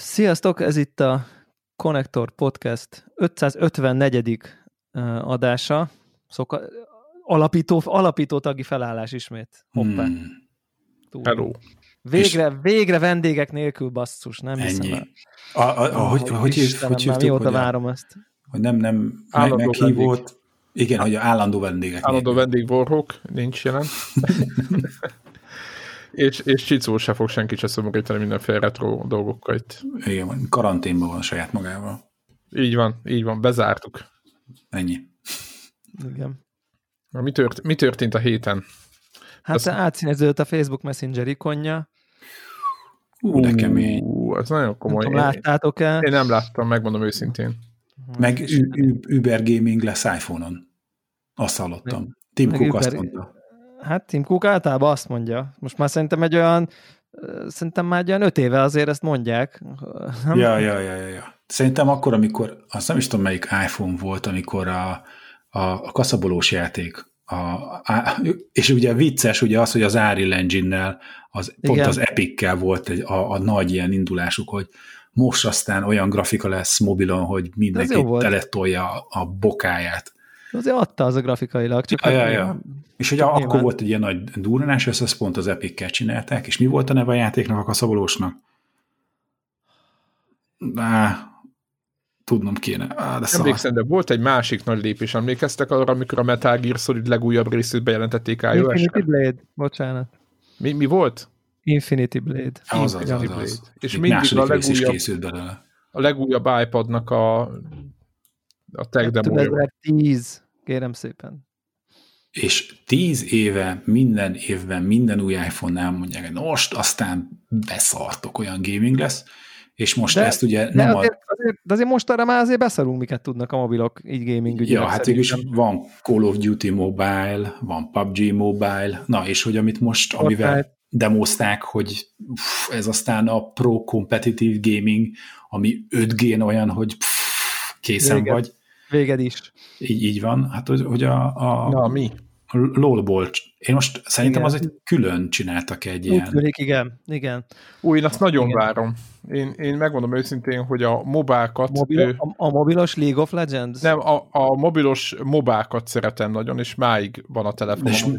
Sziasztok, ez itt a Konnektor Podcast 554. adása. Alapító tagi felállás ismét. Hoppá. Hello. Végre vendégek nélkül, basszus, nem hiszem el. Hogy hívtuk, mióta várom ezt. Hogy nem meghívott. Igen, hogy állandó vendégek. Állandó vendég Warhawk, nincs jelen. és Csicó se fog senki se szomorítani mindenféle retro dolgokkal itt. Igen, karanténban van saját magával. Így van, bezártuk. Ennyi. Igen. Mi történt a héten? Hát átszíneződött a Facebook Messenger ikonja. De kemény. Ez nagyon komoly. Nem láttátok-e? Én nem láttam, megmondom őszintén. Meg Uber Gaming lesz iPhone-on. Azt hallottam. Tim Cook azt mondta. Hát Tim Cook általában azt mondja. Most már szerintem már olyan 5 éve azért ezt mondják. Ja. Szerintem akkor, amikor, azt nem is tudom, melyik iPhone volt, amikor a kaszabolós játék, és ugye vicces ugye az, hogy az Unreal Engine-nel, pont az Epic-kel volt a nagy ilyen indulásuk, hogy most aztán olyan grafika lesz mobilon, hogy mindenki teletolja a bokáját. Azért adta az a grafikailag. Csak És hogy akkor volt egy ilyen nagy durranás, ezt pont az Epic-kel csinálták, és mi volt a neve a játéknak, a kaszabolósnak? Tudnom kéne. Emlékszem, de volt egy másik nagy lépés. Emlékeztek arra, amikor a Metal Gear Solid legújabb részét bejelentették iOS-re? Infinity Blade, bocsánat. Mi volt? Infinity Blade. Az. És mindig a legújabb iPad-nak a tech demója. 2010, kérem szépen. És 10 éve, minden évben, minden új iPhone-nál mondják, hogy most aztán beszartok, olyan gaming lesz, és most ezt ugye nem de azért mostanra már azért beszarunk, miket tudnak a mobilok így gaming ügyek. Ja, hát is van Call of Duty Mobile, van PUBG Mobile, na és hogy amivel demozták, hogy ez aztán a pro competitive gaming, ami 5G-n olyan, hogy készen vagy. Véged is. Így van. Hát, hogy Na, mi? LOL-ból. Én most szerintem az egy külön csináltak egy ilyen. Úgy tűnik, igen. Én azt nagyon várom. Én megmondom őszintén, hogy a mobákat... A mobilos League of Legends? Nem, a mobilos mobákat szeretem nagyon, és máig van a telefonom.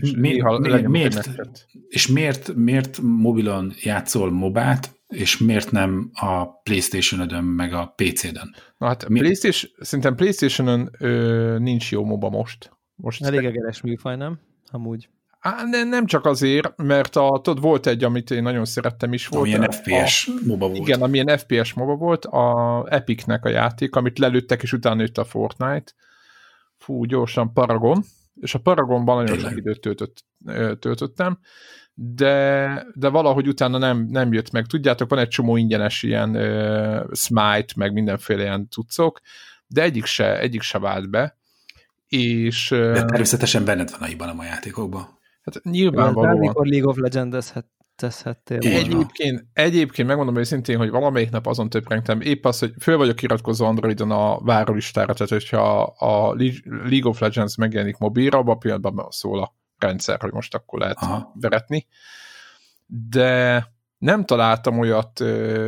És miért mobilon játszol mobát, és miért nem a PlayStation-ödön, meg a PC-den? Na hát szerintem PlayStation-ön nincs jó moba most. Elég egeres műfaj, nem? Amúgy. Nem csak azért, mert volt egy, amit én nagyon szerettem is volt. Amilyen FPS moba volt. Igen, amilyen FPS moba volt, a Epicnek a játék, amit lelőttek, és utána jött a Fortnite. Gyorsan Paragon, és a Paragonban nagyon sok időt töltöttem, de valahogy utána nem jött meg. Tudjátok, van egy csomó ingyenes ilyen Smite, meg mindenféle ilyen cuccok, de egyik se vált be. De természetesen benned van a hiba a játékokban. Hát nyilvánvalóan. Amikor League of Legends-ezhettél. Egyébként megmondom őszintén, hogy valamelyik nap azon töprengtem, épp az, hogy föl vagyok iratkozva Androidon a várólistára, tehát hogyha a League of Legends megjelenik mobilra, abban a pillanatban szól a rendszer, hogy most akkor lehet veretni. De nem találtam olyat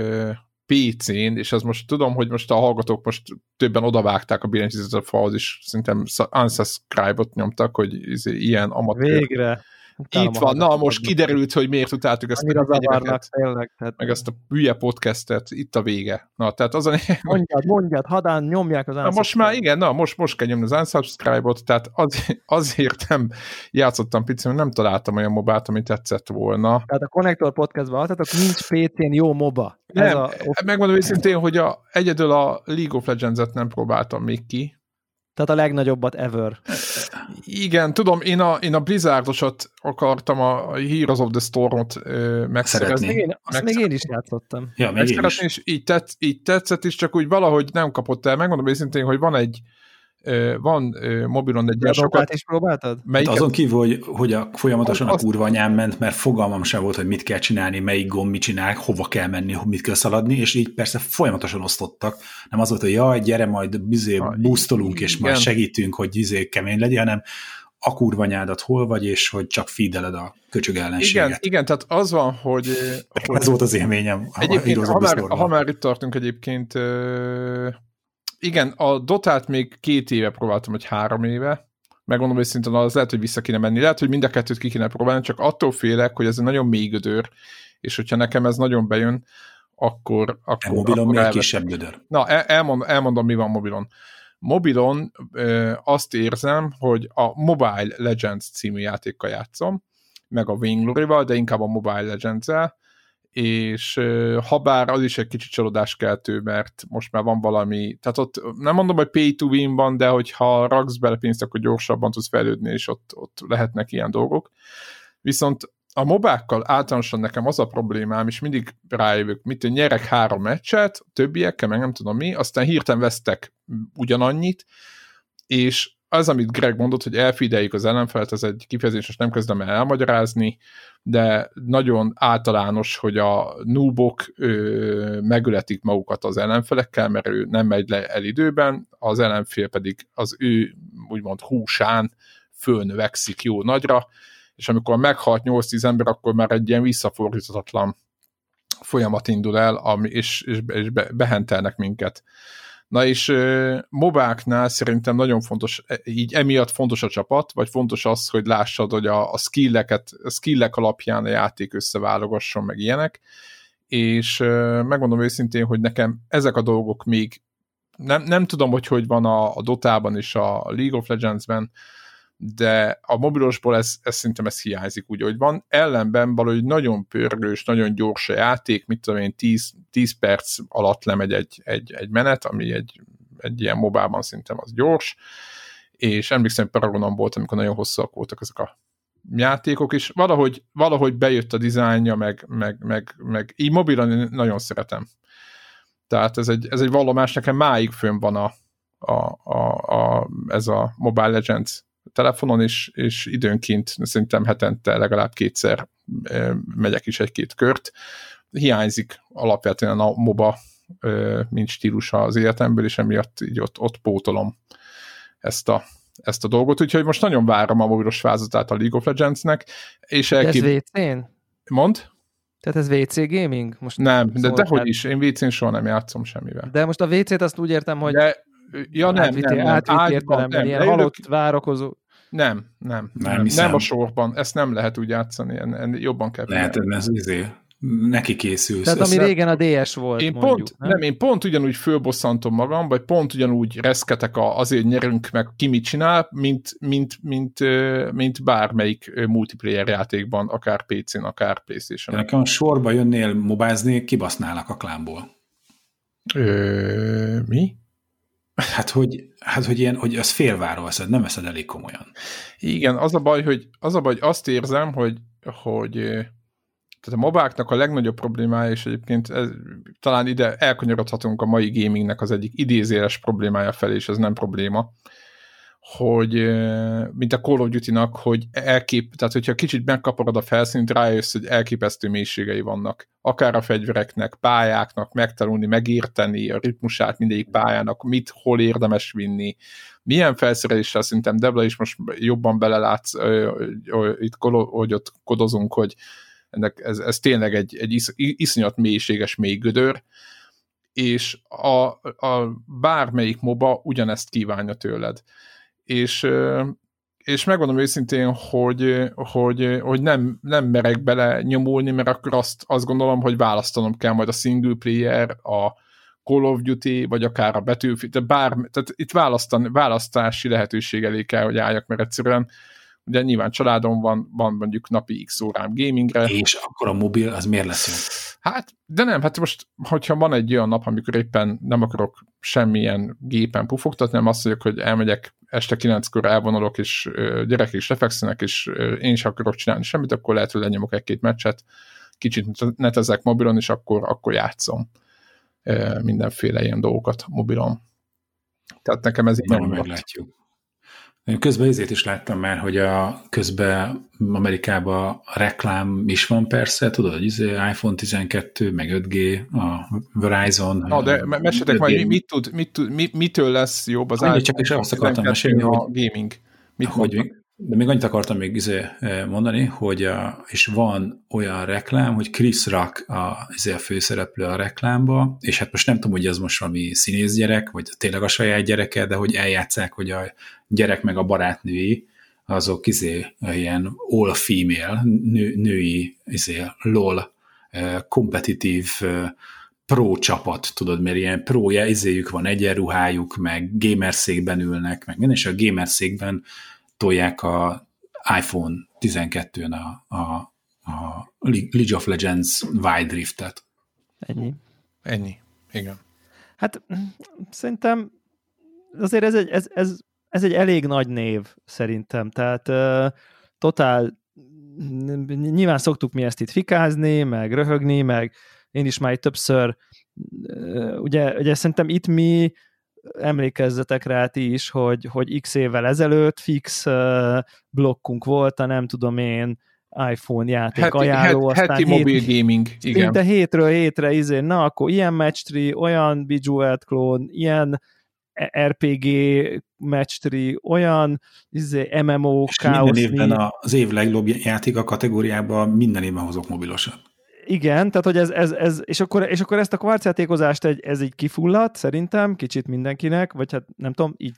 PC-n, és az most tudom, hogy most a hallgatók most többen odavágták a billentyűzetet a falhoz, és szerintem unsubscribe-ot nyomtak, hogy ilyen amatőr. Végre. Itt van, most kiderült, hogy miért utáltuk ezt a zavarnak, tényleg. Meg ezt a hülye podcastet, itt a vége. Na, tehát az a... Mondjad, hadán nyomják az unsubscribe-ot. Most már igen, most kell nyomni az unsubscribe-ot, tehát azért nem játszottam picit, mert nem találtam olyan mobát, ami tetszett volna. Tehát a Konnektor Podcastban adtatok, nincs PC-n jó moba. Megmondom őszintén, hogy egyedül a League of Legends-et nem próbáltam még ki. Tehát a legnagyobbat ever. Igen, tudom, én a Blizzardosat akartam, a Heroes of the Storm-ot megszerezni. Azt még én is játszottam. Ja, megszeretni, és így tetszett is, csak úgy valahogy nem kapott el. Megmondom őszintén, hogy van mobilon egy ilyen sokat... is próbáltad? Hát azon kívül, hogy folyamatosan a kurva anyám ment, mert fogalmam sem volt, hogy mit kell csinálni, melyik gomb mit csinál, hova kell menni, mit kell szaladni, és így persze folyamatosan osztottak. Nem az volt, hogy jaj, gyere, majd boostolunk, és majd segítünk, hogy kemény legyen, hanem a kurvanyádat hol vagy, és hogy csak feedeled a köcsög ellenséget. Igen, tehát az van, hogy ez volt az élményem. Egyébként, ha már itt tartunk egyébként, igen, a Dotát még 2 éve próbáltam, vagy 3 éve, megmondom őszintén, az lehet, hogy vissza kéne menni, lehet, hogy mind a kettőt ki kéne próbálni, csak attól félek, hogy ez egy nagyon mély gödör, és hogyha nekem ez nagyon bejön, akkor mobilon még kisebb gödör. Na, elmondom, mi van mobilon. Mobilon azt érzem, hogy a Mobile Legends című játékkal játszom, meg a Vainglory-val, de inkább a Mobile Legends-el, és habár az is egy kicsit csalódáskeltő, mert most már van valami, tehát ott nem mondom, hogy pay to win van, de hogyha raksz bele pénzt, akkor gyorsabban tudsz fejlődni, és ott lehetnek ilyen dolgok. Viszont a mobákkal általánosan nekem az a problémám, és mindig rájövök, mit nyerek 3 meccset, többiekkel, meg nem tudom mi, aztán hirtelen vesztek ugyanannyit, és az, amit Greg mondott, hogy elfideljük az ellenfelet, ez egy kifejezés, és nem kezdem el elmagyarázni, de nagyon általános, hogy a noobok megöletik magukat az ellenfelekkel, mert ő nem megy le el időben, az ellenfél pedig az ő úgymond húsán fölnövekszik jó nagyra, és amikor meghalt 8-10 ember, akkor már egy ilyen visszafordíthatatlan folyamat indul el, és behentelnek minket. Na és mobáknál szerintem nagyon fontos, így emiatt fontos a csapat, vagy fontos az, hogy lássad, hogy a skillek alapján a játék összeválogasson, meg ilyenek, és megmondom őszintén, hogy nekem ezek a dolgok még nem tudom, hogy van a Dotában és a League of Legends-ben, de a mobilosból szerintem ez hiányzik úgy, hogy van. Ellenben valahogy nagyon pörgős, nagyon gyors a játék, mit tudom én, 10 perc alatt lemegy egy menet, ami egy ilyen mobában szerintem az gyors, és emlékszem, hogy Paragonon volt, amikor nagyon hosszúak voltak ezek a játékok, és valahogy bejött a dizájnja, meg így mobilon nagyon szeretem. Tehát ez egy vallomás, nekem máig fönn van ez a Mobile Legends telefonon, és időnként szerintem hetente legalább 2-szer megyek is 1-2 kört. Hiányzik alapvetően a MOBA mint stílusa az életemből, és emiatt így ott pótolom ezt a dolgot, úgyhogy most nagyon várom a mobilos változatát a League of Legends-nek. És ez WC-n? Mondd? Tehát ez WC gaming? Most nem, de dehogy is, én WC-n soha nem játszom semmivel. De most a WC-t azt úgy értem, hogy átvitt értelemben, ilyen halott várakozó. Nem a sorban, ezt nem lehet úgy játszani, jobban kell. Lehet, ez neki készülsz. Tehát ami régen a DS volt, én pont ugyanúgy fölbosszantom magam, vagy pont ugyanúgy reszketek azért nyerünk meg ki mit csinál, mint bármelyik multiplayer játékban, akár PC-n, akár PlayStation-on. Nekem a sorba jönnél mobázni, kibasználak a klánból. Mi? Hát, hogy az félváról veszed, nem veszed elég komolyan. Igen, az a baj, hogy azt érzem, hogy tehát a mobáknak a legnagyobb problémája, és egyébként talán ide elkanyarodhatunk a mai gamingnek az egyik idézéles problémája felé, és ez nem probléma, hogy mint a Call of Duty-nak, hogy tehát hogyha kicsit megkaparod a felszínt, rájössz, hogy elképesztő mélységei vannak. Akár a fegyvereknek, pályáknak, megtanulni, megérteni a ritmusát mindegyik pályának, hol érdemes vinni, milyen felszereléssel, szerintem Debla is most jobban belelátsz, itt, hogy ott kodozunk, hogy ez tényleg egy iszonyat mélységes mély gödör, és a bármelyik MOBA ugyanezt kívánja tőled. És megmondom őszintén, hogy nem merek bele nyomulni, mert akkor azt gondolom, hogy választanom kell majd a single player, a Call of Duty, vagy akár a Battlefield, tehát itt választási lehetőség elé kell, hogy álljak, mert egyszerűen ugye nyilván családom van mondjuk napi x órám gamingre. És akkor a mobil, az miért lesz jó? Hát, de nem, hát most, hogyha van egy olyan nap, amikor éppen nem akarok semmilyen gépen pufogtatni, nem azt mondjuk, hogy elmegyek este 9-kor elvonulok, és gyerekek is lefekszenek, és én is akarok csinálni semmit, akkor lehet, hogy lenyomok 1-2 meccset, kicsit netezek mobilon, és akkor játszom mindenféle ilyen dolgokat mobilon. Tehát nekem ez így nem meglátjuk. Én közben ezért is láttam már, hogy közben Amerikában a reklám is van persze, tudod, hogy iPhone 12, meg 5G, a Verizon. Na, de meséltek majd, mitől lesz jobb az csak is azt akartam mesélni, a gaming? De még annyit akartam még mondani, hogy és van olyan reklám, hogy Chris Rock a főszereplő a reklámba, és hát most nem tudom, hogy ez most valami színészgyerek, vagy tényleg a saját gyereke, de hogy eljátszák, hogy a gyerek meg a barátnői, azok ilyen all female, női LOL kompetitív pro csapat, tudod, mert ilyen pro izéjük van, egyenruhájuk, meg gamerszékben ülnek, meg minden, és a gamerszékben tolják a iPhone 12-n a League of Legends Wild Rift-et. Ennyi, igen. Hát szerintem azért ez egy elég nagy név szerintem, tehát totál nyilván szoktuk mi ezt itt fikázni, meg röhögni, meg én is már többször ugye szerintem itt mi emlékezzetek rá ti is, hogy x évvel ezelőtt fix blokkunk volt a nem tudom én iPhone játék ajánló, heti mobil gaming, igen. Szinte hétről hétre na akkor ilyen match-tree, olyan Bejeweled klón, ilyen RPG match-tree, olyan MMO, és minden évben az év legjobb játék a kategóriában minden évben hozok mobilosat. Igen, tehát hogy ez és akkor ezt a kvarcjátékozást ez így kifulladt szerintem, kicsit mindenkinek, vagy hát nem tudom, így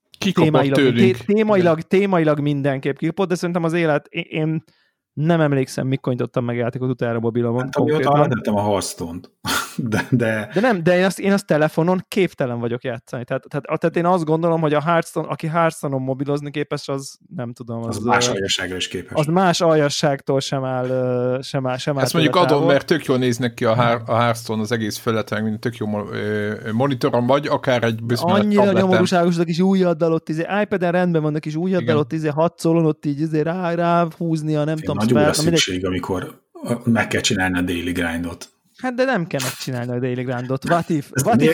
témailag mindenképp kikapott, de szerintem az élet, én nem emlékszem, mikor nyitottam meg játékot utána mobilon. Hát amióta alattettem a Hearthstone-t. De én azt telefonon képtelen vagyok játszani. Tehát én azt gondolom, hogy a Hearthstone, aki Hearthstone-on mobilozni képes, az nem tudom. Az más aljasságra is képes. Az más aljasságtól sem áll. Ezt mondjuk adom, mert tök jól néznek ki a Hearthstone az egész felületen, mint tök jó monitoron vagy, akár egy bizonyos annyira nyomorúságosak is újaddal ott, iPad-en rendben vannak is újaddal ott 6 szólon ott így rá húznia, nem tudom. Nagy óra szükség, amikor meg kell csinálni a daily grindot. Hát de nem kell megcsinálni a daily grindot. What if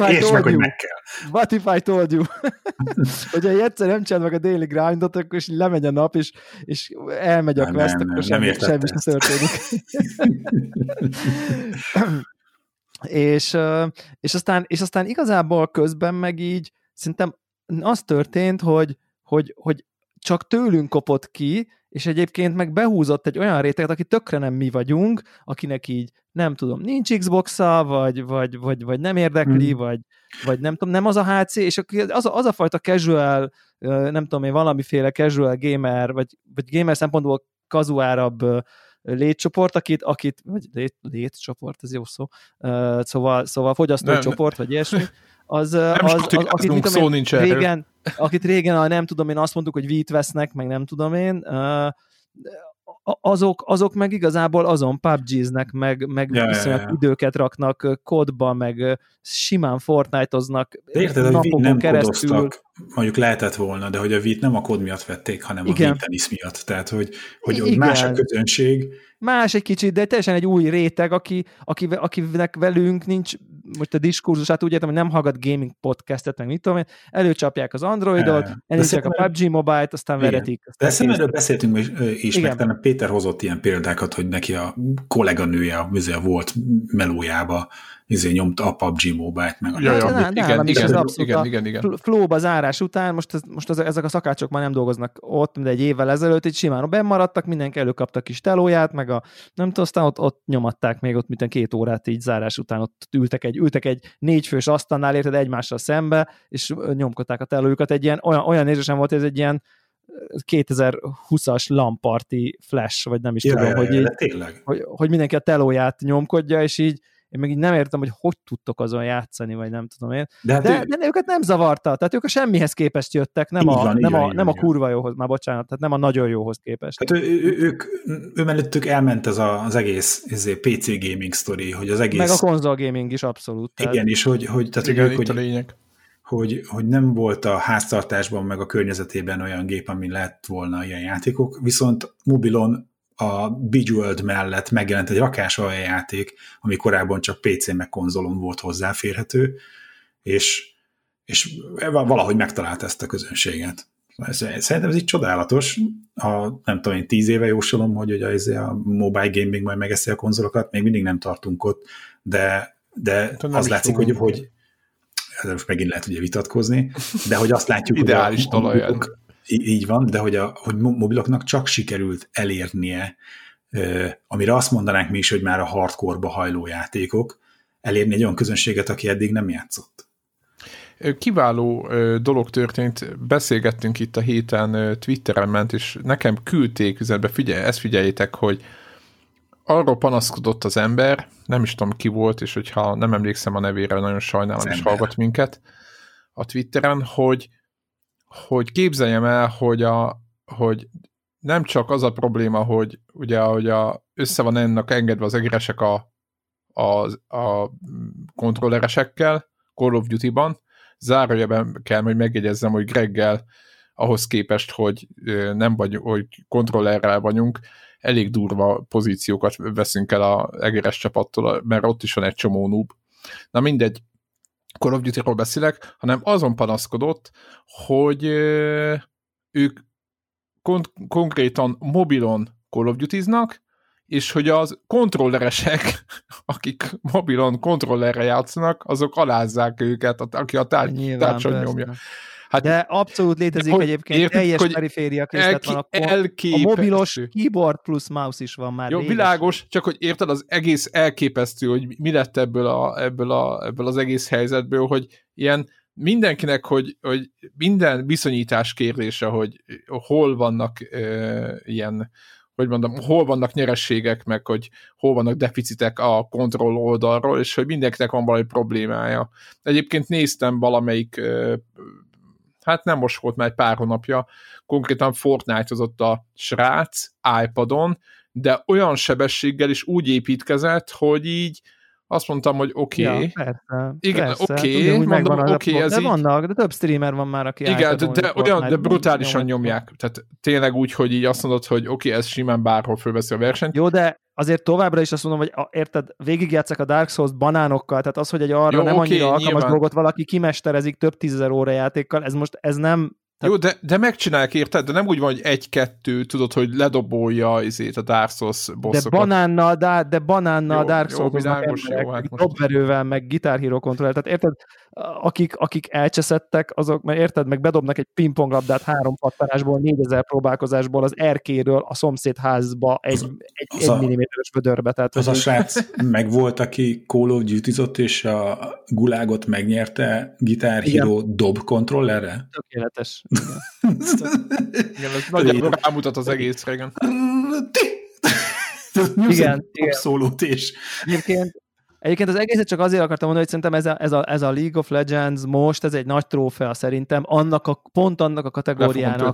I told you? Hogyha egyszer nem csinálod meg a daily grindot, akkor is lemegy a nap, és elmegy a quest, akkor semmi sem történik. és aztán igazából közben meg így szerintem az történt, hogy csak tőlünk kopott ki, és egyébként meg behúzott egy olyan réteget, aki tökre nem mi vagyunk, akinek így, nem tudom, nincs Xbox-a, vagy nem érdekli, vagy nem tudom, nem az a HC, és az a fajta casual, nem tudom én, valamiféle casual gamer, vagy gamer szempontból kazuárabb létcsoport, akit vagy létcsoport, ez jó szó, szóval fogyasztói csoport, vagy ilyesmi, akit régen, nem tudom én, azt mondtuk, hogy vít vesznek, meg nem tudom én, azok meg igazából azon PUBG-znek, meg viszonylag időket raknak kodba, meg simán Fortnite-oznak napokon nem keresztül. Kodoztak, mondjuk lehetett volna, de hogy a vít nem a kód miatt vették, hanem a vít-tenisz miatt. Tehát, hogy más a közönség. Más egy kicsit, de teljesen egy új réteg, akinek velünk nincs, most a diskurzusát úgy értem, hogy nem hallgat gaming podcastet, meg mit tudom én, előcsapják az Androidot, elindítják a PUBG Mobile-t, aztán veretik. De szerintem erről beszéltünk is, meg talán Péter hozott ilyen példákat, hogy neki a kolléganője volt melójába nyomta a PUBG Mobile-t, meg igen. Flow-ba zárás után, most ezek a szakácsok már nem dolgoznak ott, de egy évvel ezelőtt így simán bennmaradtak, mindenki előkaptak kis telóját, meg nem tudom, aztán ott nyomatták még ott minden 2 órát így zárás után, ott ültek egy 4 fős asztalnál, érted, egymással szembe, és nyomkodták a telójukat, egy ilyen, olyan nézősen volt, ez egy ilyen 2020-as LAN-party flash, vagy nem is tudom, hogy mindenki a telóját nyomkodja, és így én meg így nem értem, hogy tudtok azon játszani, vagy nem tudom én. De őket nem zavarta, tehát ők a semmihez képest jöttek, nem a kurva jóhoz, már bocsánat, tehát nem a nagyon jóhoz képest. Hát ő mellettük elment az egész PC gaming sztori, hogy az egész... Meg a konzol gaming is abszolút. Tehát... Igen, és hogy nem volt a háztartásban, meg a környezetében olyan gép, ami lett volna ilyen játékok, viszont mobilon a Bejeweled mellett megjelent egy rakás olyan játék, ami korábban csak PC-n meg konzolon volt hozzáférhető, és valahogy megtalált ezt a közönséget. Szerintem ez így csodálatos. Nem tudom, én 10 éve jósolom, hogy a mobile gaming majd megeszi a konzolokat, még mindig nem tartunk ott, de az látszik, hogy most megint lehet ugye vitatkozni, de hogy azt látjuk, ideális talaján. így van, de hogy mobiloknak csak sikerült elérnie, amire azt mondanánk mi is, hogy már a hardcore-ba hajló játékok, elérni egy olyan közönséget, aki eddig nem játszott. Kiváló dolog történt, beszélgettünk itt a héten, Twitteren ment, és nekem küldték üzenetbe, ezt figyeljétek, hogy arról panaszkodott az ember, nem is tudom ki volt, és hogyha nem emlékszem a nevére, nagyon sajnálom, és hallgat minket a Twitteren, hogy képzeljem el, hogy nem csak az a probléma, hogy ugye, hogy össze van ennek engedve az egeresek a kontrolleresekkel Call of Duty-ban, zárójelben kell, hogy megjegyezzem, hogy Greggel ahhoz képest, hogy nem vagyunk, hogy kontrollerrel vagyunk, elég durva pozíciókat veszünk el az egeres csapattól, mert ott is van egy csomó noob. Na mindegy, Call of Duty-ról beszélek, hanem azon panaszkodott, hogy ők konkrétan mobilon Call of Duty-znak, és hogy az kontrolleresek, akik mobilon kontrollerre játszanak, azok alázzák őket, aki a tárcson nyomja. Hát, de abszolút létezik egyébként, teljes periféria készlet van, akkor a mobilos keyboard plusz mouse is van már. Jó, réges. Világos, csak hogy érted, az egész elképesztő, hogy mi lett ebből az egész helyzetből, hogy ilyen mindenkinek, hogy minden viszonyítás kérdése, hogy hol vannak ilyen, hogy mondom, hol vannak nyerességek, meg hogy hol vannak deficitek a kontroll oldalról, és hogy mindenkinek van valami problémája. Egyébként néztem valamelyik, hát nem most volt, már egy pár hónapja, konkrétan Fortnite-ozott a srác iPadon, de olyan sebességgel is úgy építkezett, hogy így azt mondtam, hogy oké. Ja, persze. Igen, oké, mondom, oké, ez de így. vannak, de több streamer van már, aki igen, de brutálisan nyomják. Tehát tényleg úgy, hogy így azt mondod, hogy oké, ez simán bárhol fölveszi a versenyt. Jó, de azért továbbra is azt mondom, hogy érted, végigjátszák a Dark Souls banánokkal, tehát az, hogy egy arra nem annyira alkalmas dolgot valaki kimesterezik több 10,000 óra játékkal, ez nem. Jó, de megcsinálják, érted? De nem úgy van, hogy 1-2, tudod, hogy ledobolja a Dark Souls bosszokat. De banánnal Dark Souls-oznak emberek, dobverővel, meg Guitar Hero kontroller, tehát érted, akik elcseszettek, azok, mert érted, meg bedobnak egy pingponglabdát 3 pattanásból, 4000 próbálkozásból az erkéről a szomszédházba egy milliméteres vödörbe. Tehát, az a srác meg volt, aki Call of Duty-zott, és a Gulágot megnyerte Guitar Hero dob kontrollerre? Tökéletes. Igen, ez nagyjából rámutat az egészre, igen. Igen. Abszolút és... Egyébként az egészet csak azért akartam mondani, hogy szerintem ez a League of Legends most, ez egy nagy trófea szerintem, pont annak a kategóriának,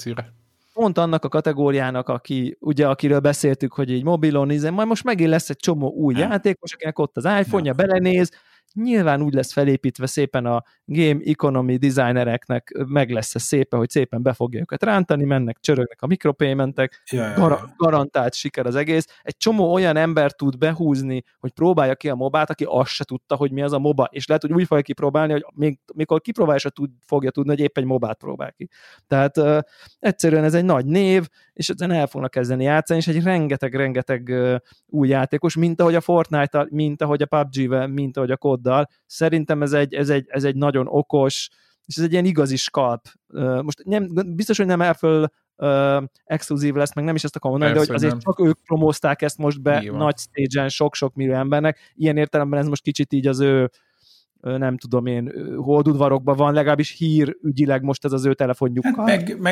pont annak a kategóriának, akiről beszéltük, hogy így mobilon, majd most megint lesz egy csomó új játékos, akinek ott az iPhone-ja belenéz, nyilván úgy lesz felépítve szépen a game economy designereknek, meg lesz ez szépen, hogy szépen be fogja őket rántani, mennek, csörögnek a mikropaymentek, garantált siker az egész. Egy csomó olyan ember tud behúzni, hogy próbálja ki a mobát, aki azt se tudta, hogy mi az a moba, és lehet, hogy úgy fogja kipróbálni, hogy mikor kipróbálja, se fogja tudni, hogy épp egy mobát próbál ki. Tehát egyszerűen ez egy nagy név, és ezen el fognak kezdeni játszani, és egy rengeteg új játékos, mint ahogy a Fortnite-tal, mint ahogy a PUBG-vel, mint ahogy a COD-dal. Szerintem ez egy nagyon okos, és ez egy ilyen igazi skalp. Most biztos, hogy nem elföl exkluzív lesz, meg nem is ezt akarom mondani, de hogy azért csak ők promózták ezt most be nagy stage-en sok-sok millió embernek. Ilyen értelemben ez most kicsit így az ő nem tudom én, holdudvarokban van, legalábbis hírügyileg most ez az ő telefonjukkal.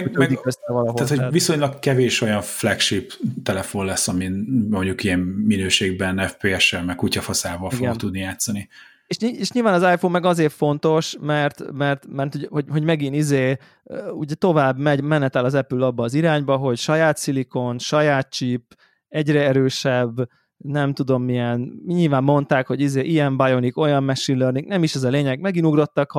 Tehát, hogy viszonylag kevés olyan flagship telefon lesz, amin mondjuk ilyen minőségben FPS-sel, meg kutyafaszával fog tudni játszani. És nyilván az iPhone meg azért fontos, mert hogy megint ugye tovább menetel az Apple abba az irányba, hogy saját szilikon, saját chip, egyre erősebb, nem tudom milyen, nyilván mondták, hogy ilyen bionic, olyan machine learning, nem is ez a lényeg, megint ugrottak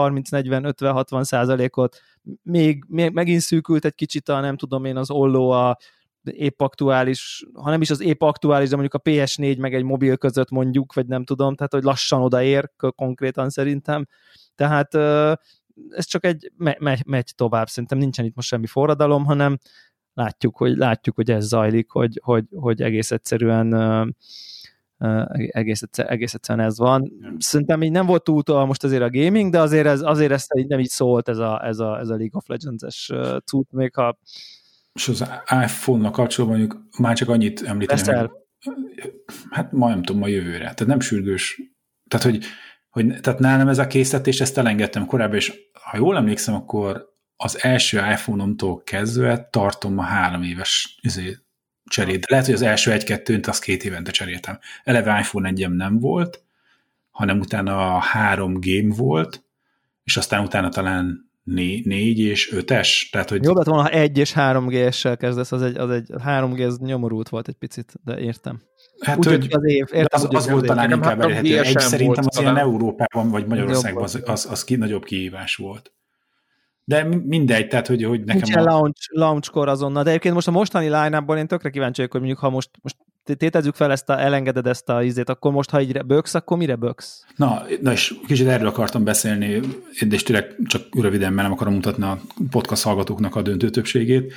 30-40-50-60%-ot, még megint szűkült egy kicsit nem tudom én az olló a épp aktuális, ha nem is az épp aktuális, de mondjuk a PS4 meg egy mobil között mondjuk, vagy nem tudom, tehát hogy lassan odaér konkrétan szerintem, tehát ez csak egy megy tovább, szerintem nincsen itt most semmi forradalom, hanem látjuk, hogy ez zajlik, hogy egész egyszerűen egész egyszerűen ez van. Szerintem így nem volt túl most azért a gaming, de azért ez nem így szólt ez a League of Legends-es cucc, még ha... És az iPhone-nak kapcsolatban mondjuk már csak annyit említeni, hogy hát ma nem tudom, ma jövőre. Tehát nem sürgős. Tehát nálam ez a készítés, ezt elengedtem korábban, és ha jól emlékszem, akkor az első iPhone-omtól kezdve tartom a 3 éves cserét. Lehet, hogy az első 1-2-t azt 2 évente cseréltem. Eleve iPhone 1-em nem volt, hanem utána 3 game volt, és aztán utána talán 4 és 5-es. Tehát, hogy... Jobb lett volna, ha 1 és 3G-essel kezdesz, az egy 3G ez nyomorult volt egy picit, de értem. Hát, úgy, hogy az év, értem, az volt talán inkább elérhető. Egy szerintem az ilyen talán. Európában vagy Magyarországban az nagyobb kihívás volt. De mindegy, tehát, hogy nekem... Nincsen launchkor azonnal, de egyébként most a mostani line-upból én tökre kíváncsi vagyok, hogy mondjuk, ha most tétezzük fel elengeded ezt a izét, akkor most, ha így böksz, akkor mire böksz? Na és kicsit erről akartam beszélni, és tényleg csak röviden, mert nem akarom mutatni a podcast hallgatóknak a döntő többségét,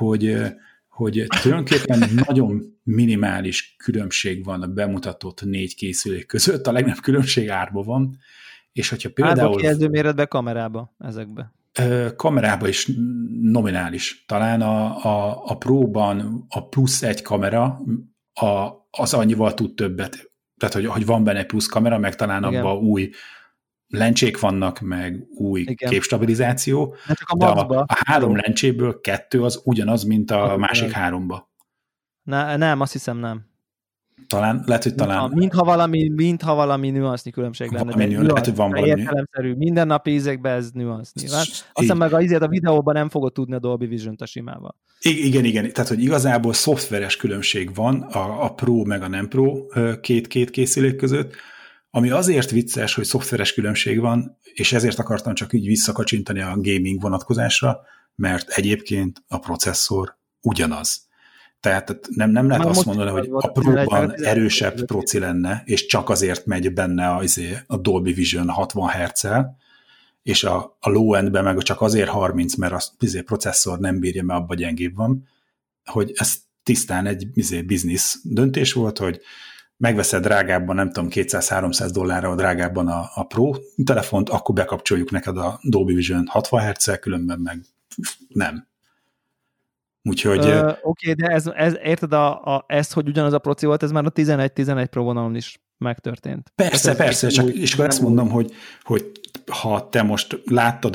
hogy tulajdonképpen nagyon minimális különbség van a bemutatott 4 készülék között, a legnagyobb különbség árba van, és hogyha például... Árba, kijelző méretbe, kamerába, ezekbe. Kamerában is nominális. Talán a Pro-ban a plusz 1 kamera az annyival tud többet. Tehát, hogy van benne egy plusz kamera, meg talán abban új lencsék vannak, meg új képstabilizáció, de a 3 lencséből 2 az ugyanaz, mint a másik 3-ba. Nem, azt hiszem nem. Talán, lehet, hogy talán... Mintha valami nüansznyi különbség lenne. Lehet, hogy van valami. Értelemszerű. Mindennapi ízekben ez nüansz nyilván. Aztán meg a videóban nem fogod tudni a Dolby Vision-t a simával. Igen. Tehát, hogy igazából szoftveres különbség van a Pro meg a nem Pro két készülék között, ami azért vicces, hogy szoftveres különbség van, és ezért akartam csak így visszakacsintani a gaming vonatkozásra, mert egyébként a processzor ugyanaz. Tehát nem lehet azt mondani, hogy a Pro-ban erősebb proci lenne, és csak azért megy benne a Dolby Vision 60 Hz-el, és a low-endben meg csak azért 30, mert a processzor nem bírja, mert abban gyengébb van, hogy ez tisztán egy biznisz döntés volt, hogy megveszed drágábban, nem tudom, $200-300 drágábban a Pro telefont, akkor bekapcsoljuk neked a Dolby Vision 60 Hz-el, különben meg nem. Úgyhogy... Oké, de ez érted, ez, hogy ugyanaz a proci volt, ez már a 11 Pro vonalon is megtörtént. Persze, és akkor ezt mondom, hogy ha te most láttad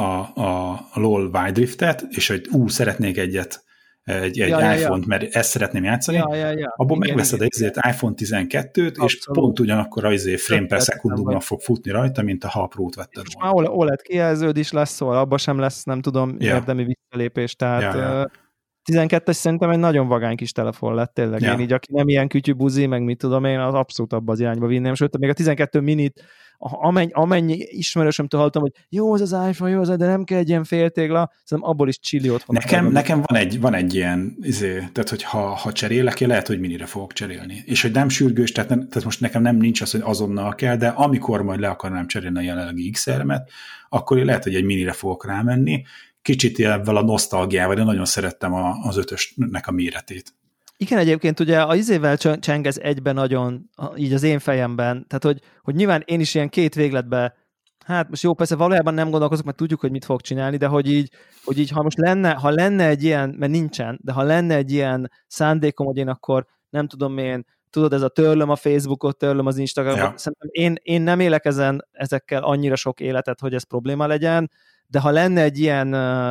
a LOL Wild Rift-et, és hogy szeretnék egy iPhone-t, mert ezt szeretném játszani, abból megveszed egy iPhone 12-t, és pont ugyanakkor a frame per szekundumban fog futni rajta, mint ha a Pro-t vetted volna. Már OLED kijelződ is lesz, szóval abban sem lesz, nem tudom, érdemi visszalépés, tehát 12-es szerintem egy nagyon vagány kis telefon lett, tényleg. Én így, aki nem ilyen kütyűbuzi, meg mit tudom én, az abszolút abba az irányba vinném, sőt, még a 12 minit, amennyi ismerősömtől hallottam, hogy jó az iPhone, jó az, de nem kell egy ilyen féltégla, szerintem abból is csilliót van. Nekem van egy ilyen, tehát hogy ha cserélek, én lehet, hogy minire fogok cserélni. És hogy nem sürgős, tehát most nekem nincs az, hogy azonnal kell, de amikor majd le akarnám cserélni a jelenlegi XR-emet, akkor én lehet, hogy egy minire fogok rámenni. Kicsit ebben a nosztalgiával, de nagyon szerettem az 5-ösnek a méretét. Igen, egyébként ugye az izével cseng ez egyben nagyon, így az én fejemben, tehát hogy nyilván én is ilyen 2 végletbe, hát most jó, persze valójában nem gondolkozok, mert tudjuk, hogy mit fog csinálni, de hogy így ha lenne egy ilyen, mert nincsen, de ha lenne egy ilyen szándékom, hogy én akkor nem tudom én, tudod, ez a törlöm a Facebookot, törlöm az Instagramot, szerintem én nem élek ezekkel annyira sok életet, hogy ez probléma legyen, de ha lenne egy ilyen,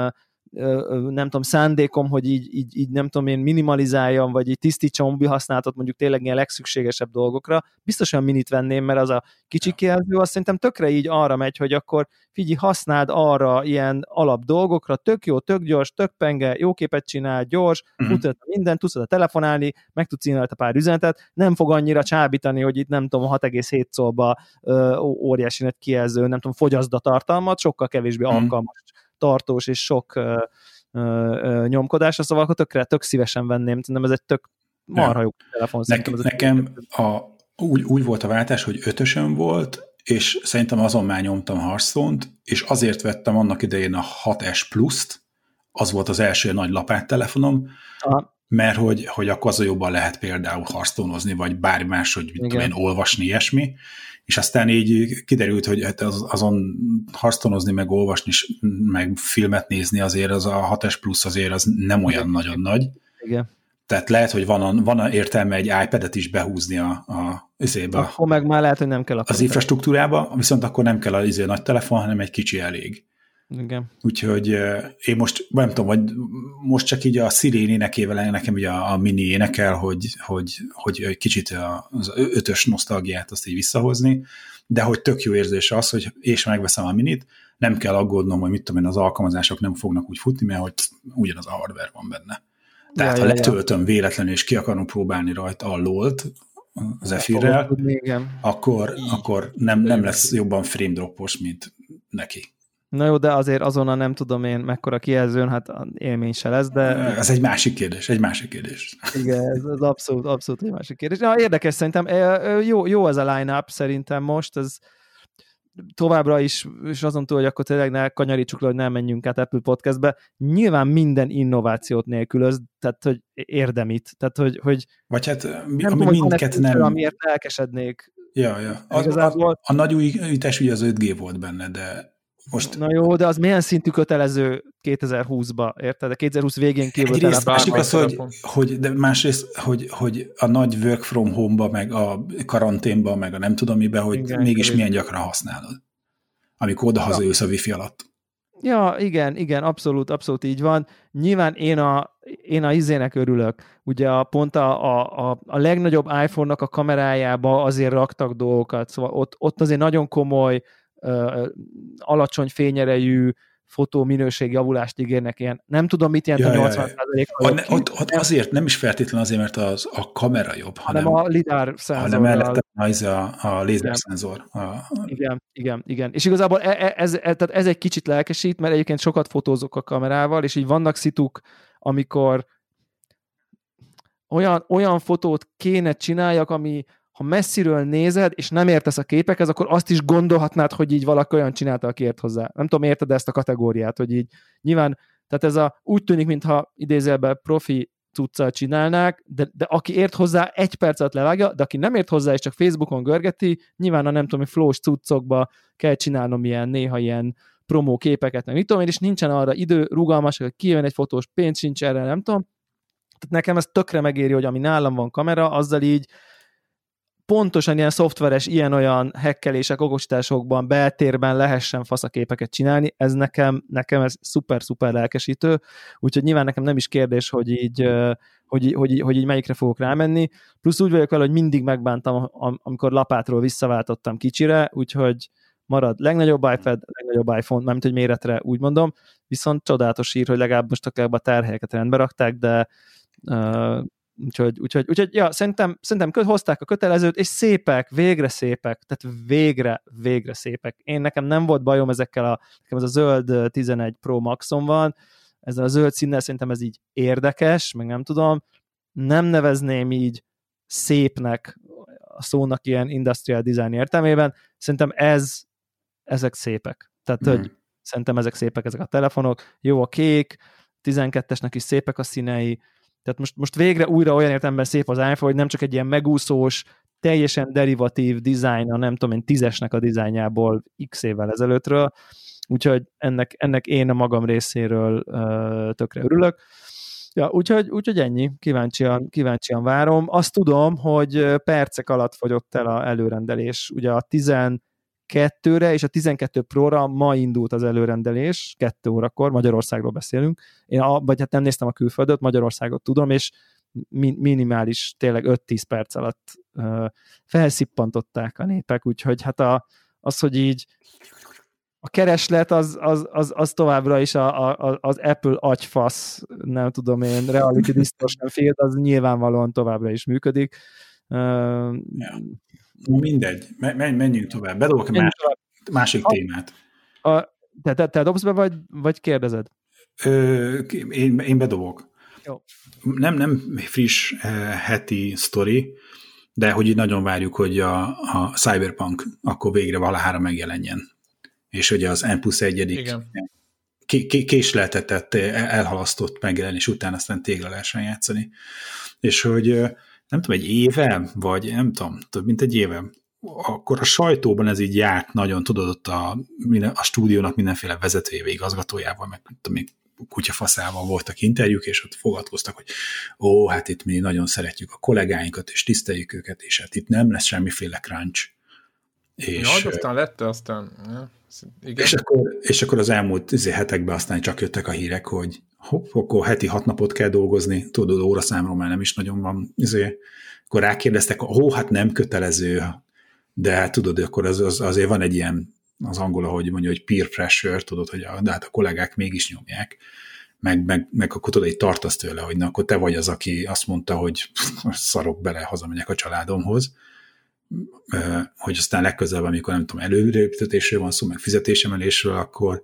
nem tudom, szándékom, hogy így nem tudom én minimalizáljam, vagy így tisztítsam a mobil használatot mondjuk tényleg ilyen legszükségesebb dolgokra, biztosan minit venném, mert az a kicsi kijelző, azt szerintem tökre így arra megy, hogy akkor figyelj, használd arra ilyen alap dolgokra, tök jó, tök gyors, tök penge, jó képet csinál, gyors, mutatod mindent, tudsz telefonálni, meg tudsz írni a pár üzenetet, nem fog annyira csábítani, hogy itt nem tudom, 6,7 szólba óriási nagy kijelző, nem tudom, fogyaszd a tartalmat, sokkal kevésbé alkalmas, tartós és sok nyomkodásra, szóval akkor tök szívesen venném, szerintem ez egy tök marha jó telefon. Nekem úgy volt a váltás, hogy 5-ösön volt, és szerintem azon már nyomtam Hearthstone-t, és azért vettem annak idején a 6S Plus-t, az volt az első nagy lapát telefonom, mert hogy akkor az jobban lehet például Hearthstone-ozni, vagy bármi más, hogy tudom én, olvasni, ilyesmi, és aztán így kiderült, hogy hát azon Hearthstone-ozni, meg olvasni, meg filmet nézni azért az a 6S plusz azért az nem olyan nagyon nagy. Igen. Tehát lehet, hogy van értelme egy iPad-et is behúzni akkor meg már lehet, hogy nem kell az infrastruktúrába, viszont akkor nem kell az nagy telefon, hanem egy kicsi elég. Igen. Úgyhogy én most, nem tudom, vagy most csak így a Siri énekével nekem ugye a mini énekel, hogy kicsit az 5-ös nosztalgiát azt így visszahozni, de hogy tök jó érzés az, hogy és megveszem a minit, nem kell aggódnom, hogy mit tudom én, az alkalmazások nem fognak úgy futni, mert hogy ugyanaz a hardware van benne. Tehát ha letöltöm véletlenül, és ki akarom próbálni rajta a LOL-t, az Zephyr-rel, akkor nem lesz jobban frame droppos, mint neki. Na jó, de azért azonnal nem tudom én mekkora kijelzőn, hát élmény se lesz, de... Ez egy másik kérdés. Igen, ez abszolút egy másik kérdés. Ja, érdekes szerintem, jó ez a line-up szerintem most, ez továbbra is, és azon túl, hogy akkor tényleg ne kanyarítsuk le, hogy nem menjünk át Apple Podcastbe, nyilván minden innovációt nélkülöz, tehát hogy érdemit, tehát hogy vagy hát ami mindket nem... Amiért lelkesednék. Ja. A nagy újítás ugye az 5G volt benne, de most... Na jó, de az milyen szintű kötelező 2020-ba, érted? De 2020 végén kívül... Egyrészt másik az, de másrészt, hogy a nagy work from home-ba, meg a karanténba, meg a nem tudom miben, hogy igen, mégis milyen gyakran használod, amikor odahazajössz a wifi alatt. Ja, igen, abszolút így van. Nyilván én a izének örülök. Ugye pont a legnagyobb iPhone-nak a kamerájába azért raktak dolgokat, szóval ott azért nagyon komoly alacsony fényerejű fotó minőség javulást ígérnek ilyen. Nem tudom, mit jelent a 80%. Ott azért nem is feltétlenül azért, mert a kamera jobb, hanem a lidar szenzor. Hanem mellette a lézerszenzor. Igen. És igazából ez egy kicsit lelkesít, mert egyébként sokat fotózok a kamerával, és így vannak szituk, amikor olyan fotót kéne csináljak, ami ha messziről nézed, és nem értesz a képekhez, akkor azt is gondolhatnád, hogy így valaki olyan csinálta, aki ért hozzá. Nem tudom, érted ezt a kategóriát, hogy így nyilván, tehát ez úgy tűnik, mintha idézőjelben profi cuccal csinálnák, de aki ért hozzá, 1 perc alatt levágja, de aki nem ért hozzá, és csak Facebookon görgeti, nyilván a nem tudom, flows cuccokba kell csinálnom néha ilyen promó képeket, meg mit tudom én, és nincsen arra idő, rugalmas, hogy kijön egy fotós, pénz sincs erre, nem tudom. Tehát nekem ez tökre megéri, hogy ami nálam van kamera, azzal így pontosan ilyen szoftveres, ilyen-olyan hekkelések, okosításokban, beltérben lehessen faszaképeket csinálni, ez nekem ez szuper lelkesítő, úgyhogy nyilván nekem nem is kérdés, hogy így melyikre fogok rámenni, plusz úgy vagyok vele, hogy mindig megbántam, amikor lapátról visszaváltottam kicsire, úgyhogy marad legnagyobb iPad, legnagyobb iPhone, mármint hogy méretre úgy mondom, viszont csodálatos hír, hogy legalább most a tárhelyeket rendbe rakták, de Úgyhogy ja, szerintem hozták a kötelezőt, és szépek, végre szépek, tehát végre szépek. Nekem nem volt bajom ezekkel nekem ez a zöld 11 Pro Maxon van, ezzel a zöld színnel szerintem ez így érdekes, meg nem tudom, nem nevezném így szépnek a szónak ilyen industrial design értelmében, szerintem ezek szépek. Tehát, hogy szerintem ezek szépek, ezek a telefonok, jó a kék, 12-esnek is szépek a színei, tehát most végre újra olyan értelemben szép az iPhone, hogy nem csak egy ilyen megúszós, teljesen derivatív dizájn, a nem tudom én 10-esnek a dizájnjából x évvel ezelőttről, úgyhogy ennek én a magam részéről tökre örülök. Ja, úgyhogy ennyi, kíváncsian várom. Azt tudom, hogy percek alatt fogyott el az előrendelés. Ugye a 12-re és a 12 Pro-ra ma indult az előrendelés, 2 órakor, Magyarországról beszélünk. Vagy hát nem néztem a külföldöt, Magyarországot tudom, és minimális, tényleg 5-10 perc alatt felszippantották a népek, úgyhogy hát az, hogy így a kereslet az továbbra is az Apple agyfasz, nem tudom én, reality distortion field, az nyilvánvalóan továbbra is működik. Mindegy, menjünk tovább. Bedobok másik témát. Te dobsz be, vagy kérdezed? Én bedobok. Jó. Nem friss heti sztori, de hogy így nagyon várjuk, hogy a Cyberpunk akkor végre valahára megjelenjen. És hogy az N+1 késleltetett, elhalasztott megjelenés után aztán tégla lehessen játszani. És hogy nem tudom, egy éve, vagy nem tudom, több mint egy éve, akkor a sajtóban ez így járt nagyon, tudod, ott a stúdiónak mindenféle vezetőjével, igazgatójával, meg tudom, kutyafaszával voltak interjúk, és ott fogadkoztak, hogy hát itt mi nagyon szeretjük a kollégáinkat, és tiszteljük őket, és hát itt nem lesz semmiféle crunch. És aztán lett, aztán... Igen. És akkor az elmúlt hetekben aztán csak jöttek a hírek, hogy akkor heti 6 napot kell dolgozni, tudod, óraszámról már nem is nagyon van. Akkor rákérdeztek, hát nem kötelező, de hát tudod, akkor azért van egy ilyen, az angol, ahogy mondja, hogy peer pressure, tudod, hogy de hát a kollégák mégis nyomják, meg akkor tudod, hogy tartasz tőle, hogy na, akkor te vagy az, aki azt mondta, hogy szarok bele, hazamegyek a családomhoz, hogy aztán legközelebb, amikor nem tudom, előréptetésről van szó, meg fizetésemelésről, akkor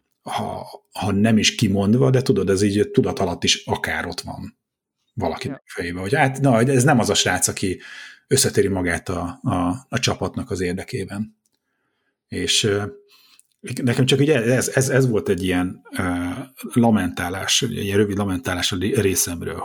ha nem is kimondva, de tudod, ez így tudat alatt is akár ott van valakinek fejében, hogy hát na, ez nem az a srác, aki összetéri magát a csapatnak az érdekében. És nekem csak ugye ez volt egy ilyen lamentálás, egy ilyen rövid lamentálás a részemről,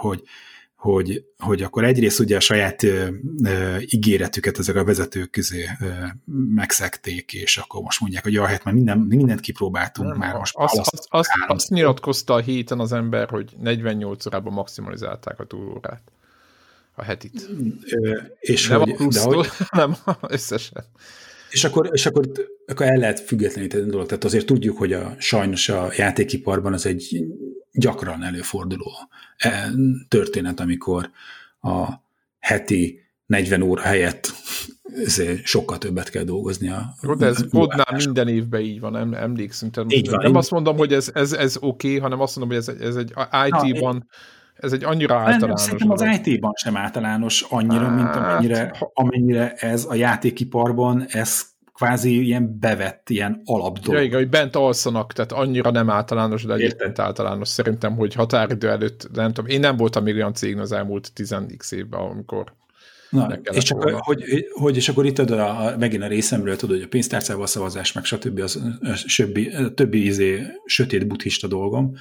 hogy akkor egyrészt ugye a saját ígéretüket ezek a vezetők közé megszegték, és akkor most mondják, hogy hát már mindent kipróbáltunk, már most azt nyilatkozta a héten az ember, hogy 48 órában maximalizálták a túlórát. A hetit. És nem a plusztól, hanem összesen. És akkor el lehet függetleníteni a dolog. Tehát azért tudjuk, hogy sajnos a játékiparban az egy gyakran előforduló történet, amikor a heti 40 óra helyett sokkal többet kell dolgozni. De ez Vodnál minden évben így van, emlékszünk. Nem azt mondom, hogy ez oké, hanem azt mondom, hogy ez egy IT-ban ez egy annyira általános. Szerintem az IT-ban sem általános annyira, mint amennyire ez a játékiparban, ez kvázi ilyen bevett, ilyen alapdolog. Ja, igen, hogy bent alszanak, tehát annyira nem általános, de egyébként általános. Szerintem, hogy határidő előtt, nem tudom, én nem voltam még olyan cégnél az elmúlt 10x évben, amikor és csak, és akkor itt megint a részemről tudod, hogy a pénztárcával szavazás, meg stb. Többi sötét buddhista dolgom,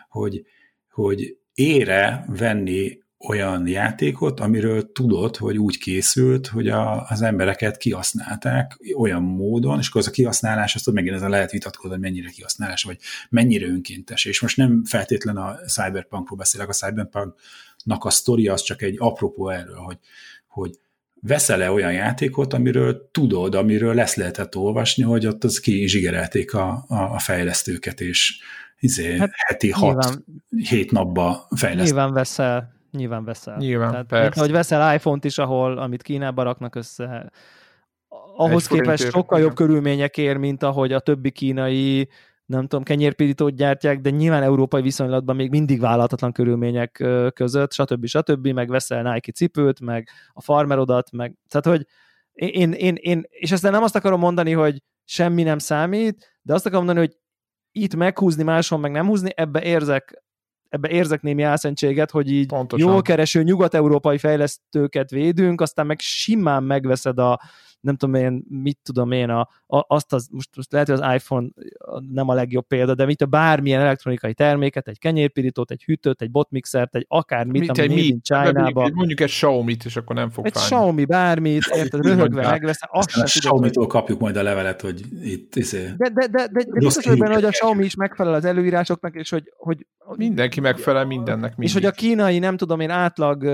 hogy ére venni olyan játékot, amiről tudod, hogy úgy készült, hogy az embereket kihasználták olyan módon, és akkor az a kihasználás, azt megint ezen lehet vitatkozni, hogy mennyire kihasználás, vagy mennyire önkéntes. És most nem feltétlen a Cyberpunkról beszélek, a Cyberpunknak a sztoria az csak egy apropó erről, hogy veszel-e olyan játékot, amiről tudod, amiről lesz lehetett olvasni, hogy ott az kizsigerelték a fejlesztőket, és heti 6-7 napba fejlesztők. Nyilván veszel. Nyilván, persze. Hogy veszel iPhone-t is, amit Kínába raknak össze, ahhoz képest sokkal jobb körülményekért, mint ahogy a többi kínai, nem tudom, kenyérpirítót gyártják, de nyilván európai viszonylatban még mindig vállalhatatlan körülmények között, stb. Meg veszel Nike cipőt, meg a farmerodat, meg... Tehát, hogy én és aztán nem azt akarom mondani, hogy semmi nem számít, de azt akarom mondani, hogy itt meghúzni, máson meg nem húzni, ebbe érzek némi álszentséget, hogy így pontosan. Jól kereső nyugat-európai fejlesztőket védünk, aztán meg simán megveszed nem tudom én, mit tudom én, most lehet, hogy az iPhone nem a legjobb példa, de a bármilyen elektronikai terméket, egy kenyérpirítót, egy hűtőt, egy botmixert, egy akármit, ami made in China-ba. Mondjuk egy Xiaomi-t, és akkor nem fog fájni. Egy Xiaomi bármit, érted, röhögve megveszed. Aztán a Xiaomi-tól kapjuk majd a levelet, hogy itt De biztos vagy benne, hogy a Xiaomi is megfelel az előírásoknak, és hogy mindenki megfelel mindennek. Mindig. És hogy a kínai, nem tudom én, átlag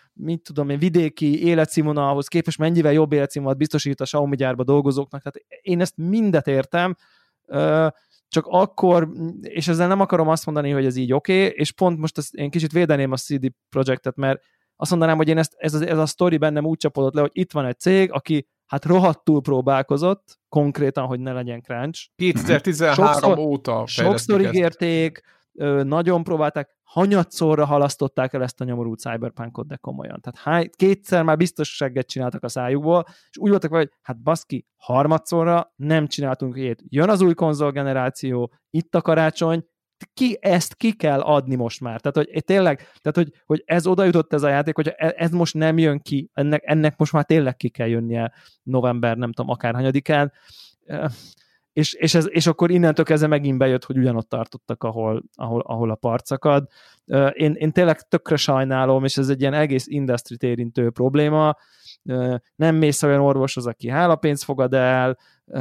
vidéki életszínvonalhoz képest mennyivel jobb életszínvonalat biztosít a Xiaomi gyárba dolgozóknak. Tehát én ezt mindet értem, csak akkor, és ezzel nem akarom azt mondani, hogy ez így oké, és pont most én kicsit védeném a CD Projektet, mert azt mondanám, hogy én ez a sztori bennem úgy csapódott le, hogy itt van egy cég, aki hát rohadtul próbálkozott, konkrétan, hogy ne legyen crunch. 2013 óta sokszor ígérték, nagyon próbálták, hanyatszorra halasztották el ezt a nyomorult Cyberpunkot, de komolyan. Tehát kétszer már biztos segget csináltak a szájukból, és úgy voltak hogy hát baszki, harmadszorra nem csináltunk ilyet. Jön az új konzolgeneráció, itt a karácsony, ezt ki kell adni most már. Tehát, hogy tényleg, hogy ez oda jutott ez a játék, hogy ez most nem jön ki, ennek most már tényleg ki kell jönnie november, nem tudom, akárhanyadikán. és akkor innentől kezdve megint bejött, hogy ugyanott tartottak, ahol a part szakad. Én tényleg tökre sajnálom, és ez egy ilyen egész industry-t érintő probléma. Nem mész olyan orvoshoz, aki hálapénzt fogad el,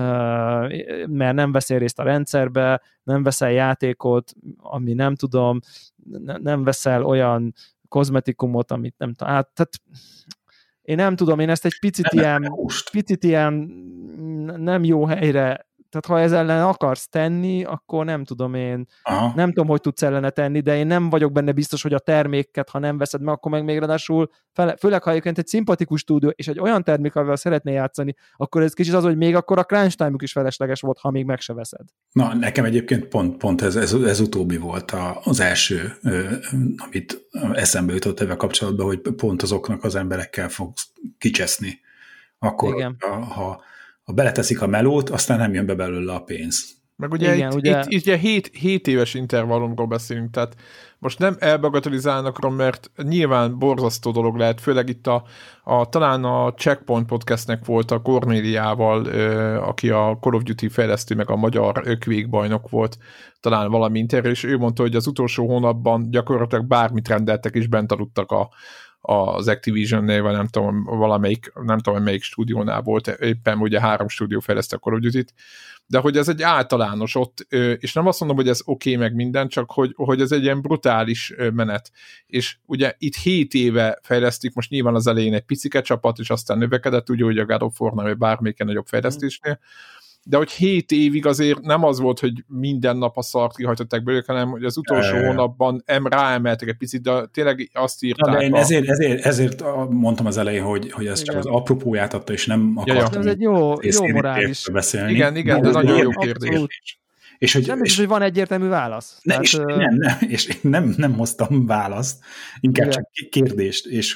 mert nem veszel részt a rendszerbe, nem veszel játékot, ami nem tudom, nem veszel olyan kozmetikumot, amit nem tudom. Tehát én nem tudom, én ezt egy picit ilyen nem jó helyre, tehát ha ez ellen akarsz tenni, akkor nem tudom én, nem tudom, hogy tudsz ellene tenni, de én nem vagyok benne biztos, hogy a terméket, ha nem veszed meg, akkor meg még ráadásul, főleg ha egyébként egy szimpatikus stúdió, és egy olyan termék, amivel szeretnél játszani, akkor ez kicsit az, hogy még akkor a crunch time-uk is felesleges volt, ha még meg se veszed. Na, nekem egyébként pont ez utóbbi volt az első, amit eszembe jutott ebben kapcsolatban, hogy pont azoknak az emberekkel fogsz kicseszni. Akkor, ha beleteszik a melót, aztán nem jön be belőle a pénz. Meg ugye itt 7 éves intervallumról beszélünk, tehát most nem elbagatelizálnak, mert nyilván borzasztó dolog lehet, főleg itt talán a Checkpoint podcastnek volt a Cornéliával, aki a Call of Duty fejlesztő, meg a magyar Quake-bajnok volt, talán valami interjú, és ő mondta, hogy az utolsó hónapban gyakorlatilag bármit rendeltek, és bent aludtak az Activision-nél, vagy nem tudom, melyik stúdiónál volt, éppen ugye 3 stúdió fejleszte a Call of Duty-t, de hogy ez egy általános ott, és nem azt mondom, hogy ez oké, meg minden, csak hogy ez egy ilyen brutális menet, és ugye itt 7 éve fejlesztik, most nyilván az elején egy picike csapat, és aztán növekedett, úgy, hogy a God of War-nál, vagy bármelyiken nagyobb fejlesztésnél, de hogy 7 évig azért nem az volt, hogy minden nap a szart kihajtották belőle, hanem hogy az utolsó hónapban ráemeltek egy picit, de tényleg azt írták. De én ezért mondtam az elején, hogy ez csak az apropóját adta, és nem akartam. Ez egy jó morális beszélni. Igen, de nagyon jó kérdés. És hogy, nem biztos, hogy van egyértelmű válasz. És én nem hoztam választ, inkább csak kérdést, és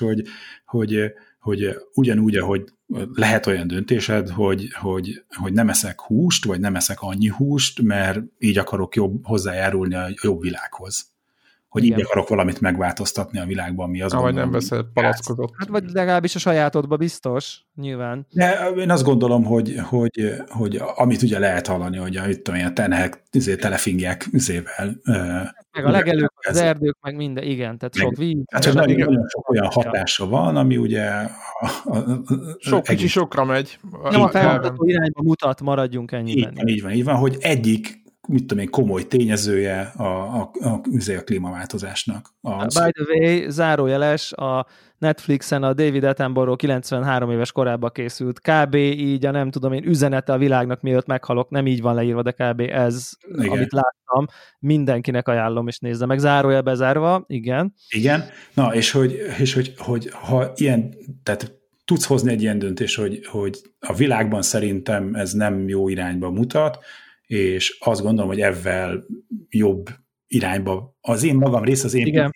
hogy ugyanúgy, ahogy lehet olyan döntésed, hogy nem eszek húst, vagy nem eszek annyi húst, mert így akarok hozzájárulni a jobb világhoz. Hogy így akarok valamit megváltoztatni a világban, mi az vagy nem veszel palackot. Hát vagy legalábbis a sajátodba biztos, nyilván. De én azt gondolom, hogy amit ugye lehet hallani, hogy a tenhek telefingják meg a legelők, az erdők, meg minden, igen, tehát sok víz. Hát nagyon sok olyan hatása van, ami ugye sok kicsi sokra megy. Nem a felmutató irányba mutat, maradjunk ennyiben. Így van, hogy egyik komoly tényezője a klímaváltozásnak. By the way, zárójeles, a Netflixen a David Attenborough 93 éves korában készült. Kb. Így nem tudom én üzenete a világnak, mielőtt meghalok, nem így van leírva, de kb. Ez, igen. Amit láttam, mindenkinek ajánlom, és nézze meg. Zárójel bezárva, igen. Igen, na, és hogy ha ilyen, tehát tudsz hozni egy ilyen döntés, hogy a világban szerintem ez nem jó irányba mutat, és azt gondolom, hogy ezzel jobb irányba, az én magam rész, az én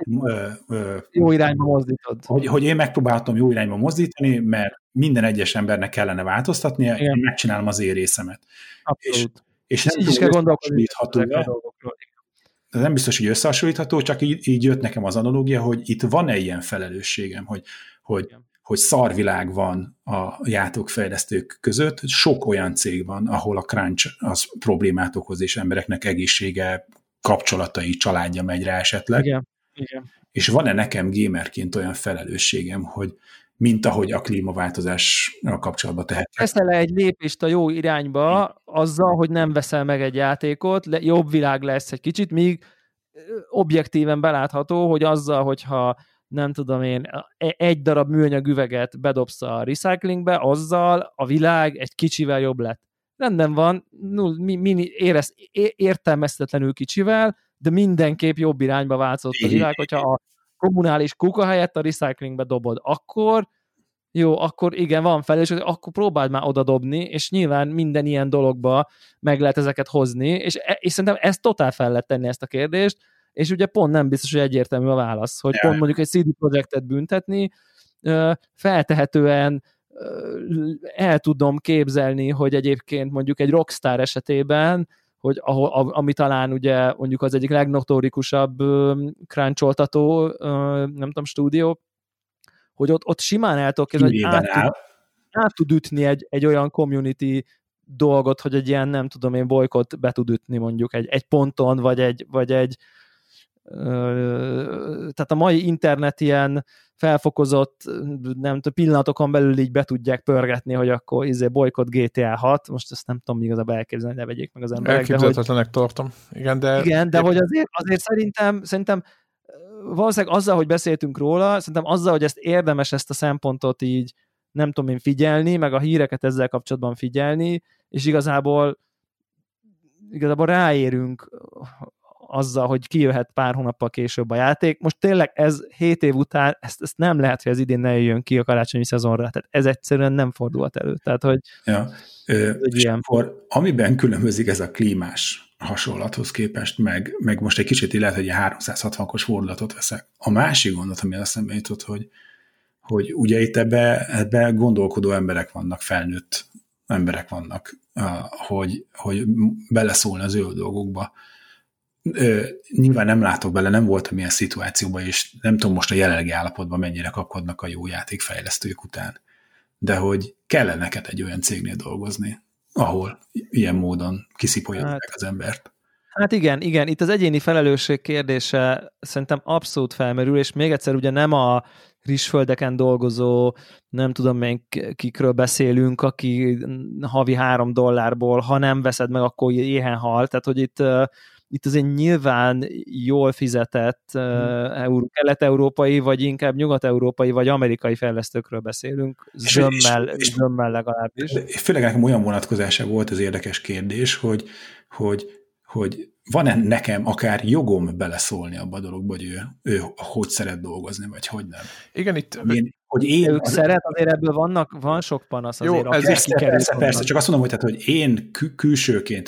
jó irányba mozdítod. Hogy én megpróbáltam jó irányba mozdítani, mert minden egyes embernek kellene változtatnia, én megcsinálom az én részemet. Abszolút. És nem is kell gondolkodni. Nem biztos, hogy összehasonlítható, csak így jött nekem az analógia, hogy itt van-e ilyen felelősségem, hogy szarvilág van a játékfejlesztők között, sok olyan cég van, ahol a crunch az problémát okoz, és embereknek egészsége, kapcsolatai, családja megy rá esetleg. Igen. És van-e nekem gamerként olyan felelősségem, hogy mint ahogy a klímaváltozással kapcsolatban tehetek. Teszel egy lépést a jó irányba azzal, hogy nem veszel meg egy játékot, jobb világ lesz egy kicsit, míg objektíven belátható, hogy azzal, hogyha nem tudom én, egy darab műanyag üveget bedobsz a recyclingbe, azzal a világ egy kicsivel jobb lett. Rendben van, értelmezhetetlenül kicsivel, de mindenképp jobb irányba változott a világ, hogyha a kommunális kuka helyett a recyclingbe dobod. Akkor igen, van felelősség, akkor próbáld már oda dobni, és nyilván minden ilyen dologba meg lehet ezeket hozni, és szerintem ezt totál fel lehet tenni ezt a kérdést, és ugye pont nem biztos, hogy egyértelmű a válasz, hogy pont mondjuk egy CD Projektet büntetni, feltehetően el tudom képzelni, hogy egyébként mondjuk egy Rockstar esetében, hogy ami talán ugye mondjuk az egyik legnotorikusabb cruncholtató, nem tudom, stúdió, hogy ott simán el tudok képzelni, hogy át tud ütni egy olyan community dolgot, hogy egy ilyen, nem tudom én, bolykott be tud ütni mondjuk egy ponton, vagy egy tehát a mai internet ilyen felfokozott, nem tudom, pillanatokon belül így be tudják pörgetni, hogy akkor bolykott GTA 6, most ezt nem tudom igazából elképzelni, ne vegyék meg az emberek. Elképzelhetetlenek tartom. Igen, de hogy azért szerintem valószínűleg azzal, hogy beszéltünk róla, szerintem azzal, hogy érdemes ezt a szempontot így, nem tudom én, figyelni, meg a híreket ezzel kapcsolatban figyelni, és igazából ráérünk azzal, hogy kijöhet pár hónappal később a játék. Most tényleg ez 7 év után, ezt nem lehet, hogy ez idén ne jöjjön ki a karácsonyi szezonra. Tehát ez egyszerűen nem fordulhat elő. Tehát, hogy és akkor amiben különbözik ez a klímás hasonlathoz képest, meg most egy kicsit lehet, hogy egy 360-os fordulatot veszek. A másik gondot, ami eszembe jutott, hogy ugye itt ebbe gondolkodó emberek vannak, felnőtt emberek vannak, hogy beleszólni az ő dolgokba. Nyilván nem látok bele, nem voltam ilyen szituációban, és nem tudom most a jelenlegi állapotban mennyire kapkodnak a jó játékfejlesztők után, de hogy kellene neked egy olyan cégnél dolgozni, ahol ilyen módon kiszipolják az embert. Hát igen, itt az egyéni felelősség kérdése szerintem abszolút felmerül, és még egyszer ugye nem a rizsföldeken dolgozó, nem tudom én kikről beszélünk, aki havi $3, ha nem veszed meg, akkor éhen hal, tehát hogy itt azért nyilván jól fizetett kelet-európai, vagy inkább nyugat-európai, vagy amerikai fejlesztőkről beszélünk, zömmel legalábbis. Főleg nekem olyan vonatkozása volt az érdekes kérdés, hogy van-e nekem akár jogom beleszólni abba a dologba, hogy ő hogy szeret dolgozni, vagy hogy nem. Igen, itt... Ők szeret, azért ebből van sok panasz azért. Jó, persze, csak azt mondom, hogy én külsőként,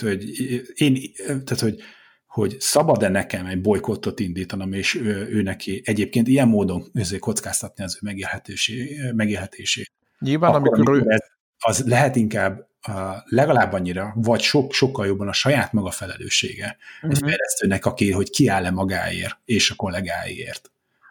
hogy szabad-e nekem egy bolykottot indítanom, és ő neki egyébként ilyen módon kockáztatni az ő megélhetését. Nyilván, amikor az lehet inkább legalább annyira, vagy sokkal jobban a saját maga felelőssége egy fejlesztőnek, hogy kiáll-e magáért és a kollégáért.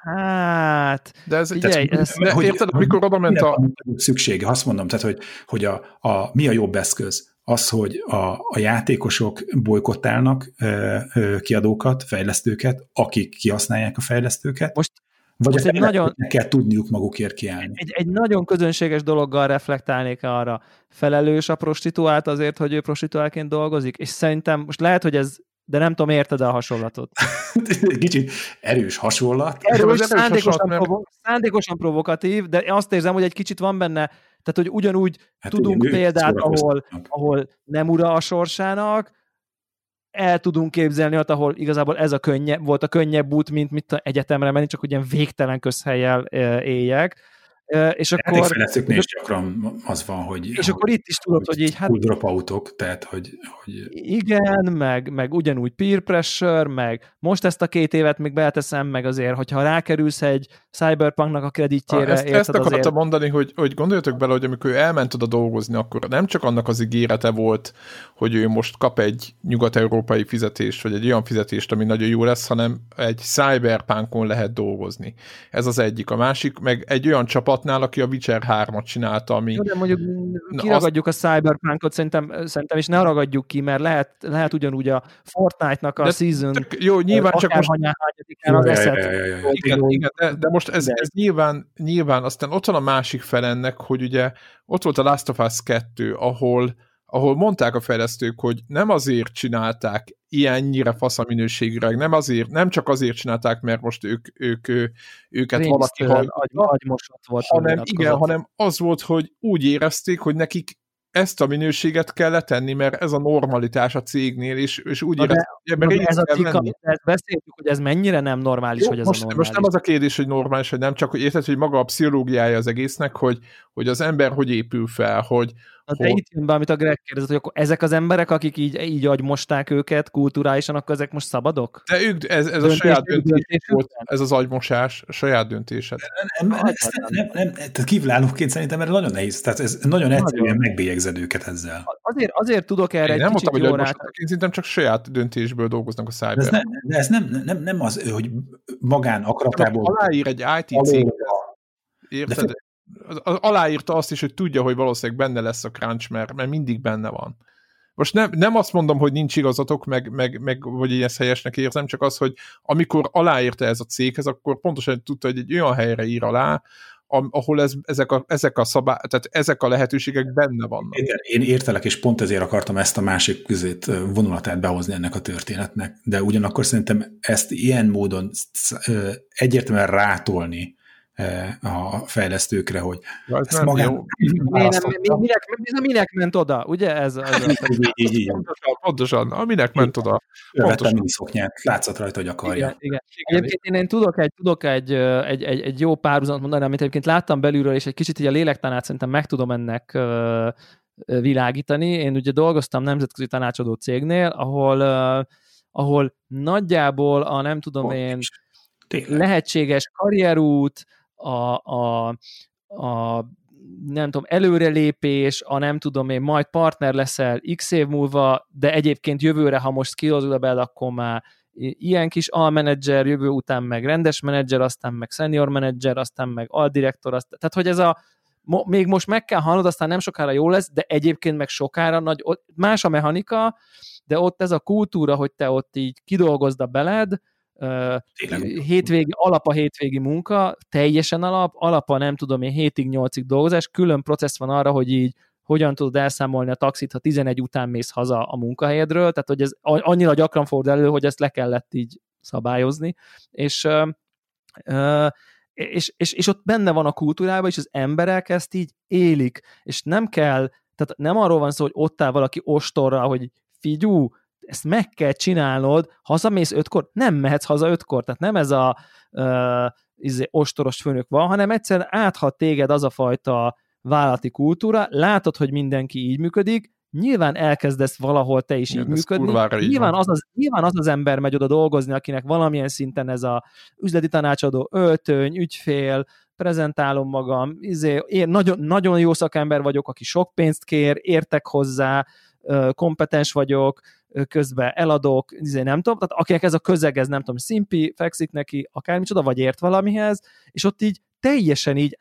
Hát, de ez érted, amikor oda ment a... Szüksége, azt mondom, tehát, hogy mi a jobb eszköz? Az, hogy a játékosok bolykottálnak kiadókat, fejlesztőket, akik kihasználják a fejlesztőket, vagy most nagyon kell tudniuk magukért kiállni. Egy nagyon közönséges dologgal reflektálnék arra. Felelős a prostituált azért, hogy ő prostituálként dolgozik, és szerintem most lehet, hogy ez, de nem tudom, érted a hasonlatot. Kicsit erős hasonlat. Erős, szándékosan provokatív, de azt érzem, hogy egy kicsit van benne, tehát, hogy ugyanúgy tudunk példát, ahol nem ura a sorsának, el tudunk képzelni ott, ahol igazából ez volt a könnyebb út, mint egyetemre menni, csak ilyen végtelen közhellyel éljek. És akkor fejlesztőknél is gyakran az van, hogy... És akkor itt is tudod, hogy így... Full dropoutok, tehát, hogy... Igen, meg ugyanúgy peer pressure, meg most ezt a 2 évet még beleteszem, meg azért, hogyha rákerülsz egy Cyberpunknak a kreditjére... Ezt akartam mondani, hogy gondoljatok bele, hogy amikor ő elment oda dolgozni, akkor nem csak annak az ígérete volt, hogy ő most kap egy nyugat-európai fizetést, vagy egy olyan fizetést, ami nagyon jó lesz, hanem egy Cyberpunkon lehet dolgozni. Ez az egyik. A másik, meg egy olyan csapatnál, aki a Witcher 3-at csinálta, ami... De mondjuk kiragadjuk a Cyberpunkot, szerintem és ne ragadjuk ki, mert lehet ugyanúgy a Fortnite-nak a season... Jó, nyilván csak most... Az eszet. Igen, de most ez nyilván aztán ott van a másik fel ennek, hogy ugye ott volt a Last of Us 2, ahol mondták a fejlesztők, hogy nem azért csinálták ilyennyire fasza minőségűleg, nem csak azért csinálták, mert most őket valaki hanem az volt, hogy úgy érezték, hogy nekik ezt a minőséget kell letenni, mert ez a normalitás a cégnél, és úgy érezték, hogy ebben ez a cikk, beszéltük, hogy ez mennyire nem normális, hogy ez a normális. Most nem az a kérdés, hogy normális, vagy nem, csak hogy érted, hogy maga a pszichológiája az egésznek, hogy az ember hogy épül fel, hogy de itt jön be, amit a Greg kérdezett, hogy akkor ezek az emberek, akik így agymosták őket kulturálisan, akkor ezek most szabadok? De ők, ez a saját döntés volt, ez az agymosás, a saját döntésed. Tehát kívülállóként szerintem erre nagyon nehéz, tehát ez nagyon egyszerűen megbélyegzed őket ezzel. Azért tudok erre egy kicsit jól rá. Én szerintem csak saját döntésből dolgoznak a Cyberben. De ez nem az, hogy magán akaratából... Aláír egy IT cég. Érted? aláírta azt is, hogy tudja, hogy valószínűleg benne lesz a crunch, mert mindig benne van. Most nem azt mondom, hogy nincs igazatok, meg vagy én ezt helyesnek érzem, csak az, hogy amikor aláírta ez a céghez, akkor pontosan tudta, hogy egy olyan helyre ír alá, ahol ezek a tehát ezek a lehetőségek benne vannak. Én értelek, és pont ezért akartam ezt a másik vonulatát behozni ennek a történetnek, de ugyanakkor szerintem ezt ilyen módon egyértelműen rátolni a fejlesztőkre, hogy ezt magán... Minek ment oda? Ugye ez? Pontosan, minek ment oda? Követtem miniszoknyát, látszott rajta, hogy akarja. Igen. Egyébként én tudok egy jó párhuzamot mondani, amit egyébként láttam belülről, és egy kicsit így a lélektanát szerintem meg tudom ennek világítani. Én ugye dolgoztam nemzetközi tanácsadó cégnél, ahol nagyjából a nem tudom én lehetséges karrierút, a nem tudom, előrelépés, a nem tudom én, majd partner leszel x év múlva, de egyébként jövőre, ha most skillozol be, akkor már ilyen kis almenedzser, jövő után meg rendes menedzser, aztán meg senior menedzser, aztán meg aldirektor, tehát hogy ez még most meg kell hallod, aztán nem sokára jó lesz, de egyébként meg sokára más a mechanika, de ott ez a kultúra, hogy te ott így kidolgozd a beled, hétvégi munka, teljesen alapa nem tudom én 7-8-ig dolgozás, külön processz van arra, hogy így hogyan tudod elszámolni a taxit, ha 11 után mész haza a munkahelyedről, tehát hogy ez annyira gyakran fordul elő, hogy ezt le kellett így szabályozni, és ott benne van a kultúrában, és az emberek ezt így élik, és nem kell, tehát nem arról van szó, hogy ott áll valaki ostorra, hogy figyú, ezt meg kell csinálnod, hazamész 5-kor, nem mehetsz haza 5-kor, tehát nem ez a ostoros főnök van, hanem egyszerűen áthat téged az a fajta vállalati kultúra, látod, hogy mindenki így működik, nyilván elkezdesz valahol te is így működni, nyilván az ember megy oda dolgozni, akinek valamilyen szinten ez a üzleti tanácsadó, öltöny, ügyfél, prezentálom magam, én nagyon jó szakember vagyok, aki sok pénzt kér, értek hozzá, kompetens vagyok, közben eladok, nem tudom, tehát akinek ez a közeg, ez nem tudom, szimpi, fekszik neki, akármicsoda, vagy ért valamihez, és ott így teljesen így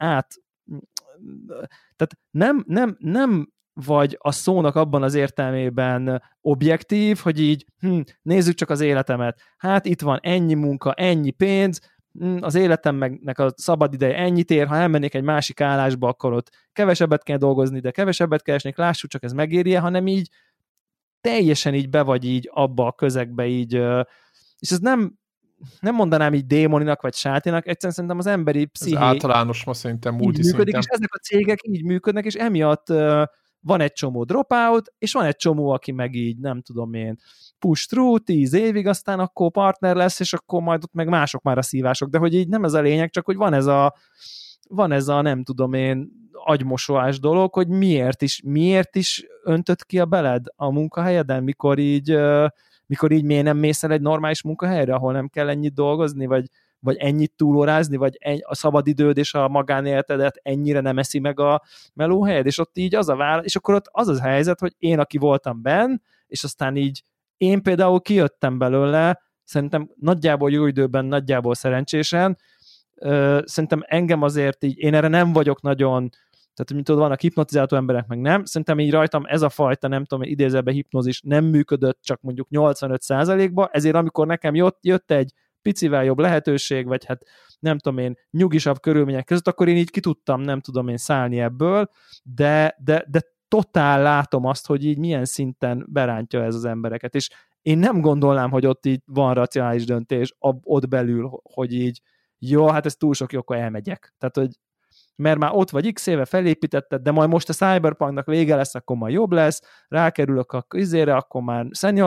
tehát nem vagy a szónak abban az értelmében objektív, hogy így nézzük csak az életemet, hát itt van ennyi munka, ennyi pénz, az életemnek a szabad ideje ennyit ér, ha elmennék egy másik állásba, akkor ott kevesebbet kell dolgozni, de kevesebbet keresnék, lássuk csak ez megéri, hanem így teljesen így be vagy így abba a közegbe így, és ez nem mondanám így démoninak vagy sátinak, egyszerűen szerintem az emberi psziché ez általános ma szerintem multiszinten. És ezek a cégek így működnek, és emiatt van egy csomó dropout, és van egy csomó, aki meg így, nem tudom én, push through 10 évig, aztán akkor partner lesz, és akkor majd ott meg mások már a szívások, de hogy így nem ez a lényeg, csak hogy van ez a nem tudom én, agymosóás dolog, hogy miért is öntött ki a beled a munkahelyeden, mikor így miért nem mész el egy normális munkahelyre, ahol nem kell ennyit dolgozni, vagy ennyit túlórázni, vagy a szabadidőd és a magánéletedet ennyire nem eszi meg a melóhelyed, és ott így és akkor ott az a helyzet, hogy én, aki voltam benn, és aztán így én például kijöttem belőle, szerintem nagyjából jó időben, nagyjából szerencsésen, szerintem engem azért így, én erre nem vagyok nagyon, tehát mint tudod, vannak hipnotizáló emberek, meg nem, szerintem így rajtam ez a fajta, nem tudom, idézőben hipnózis nem működött csak mondjuk 85%-ba, ezért amikor nekem jött egy picivel jobb lehetőség, vagy hát nem tudom én, nyugisabb körülmények között, akkor én így ki tudtam, nem tudom én szállni ebből, de totál látom azt, hogy így milyen szinten berántja ez az embereket, és én nem gondolnám, hogy ott így van racionális döntés ott belül, hogy így jó, hát ez túl sok, jó, akkor elmegyek. Tehát, hogy mert már ott vagy x éve felépítetted, de majd most a Cyberpunknak vége lesz, akkor majd jobb lesz, rákerülök a izére, akkor már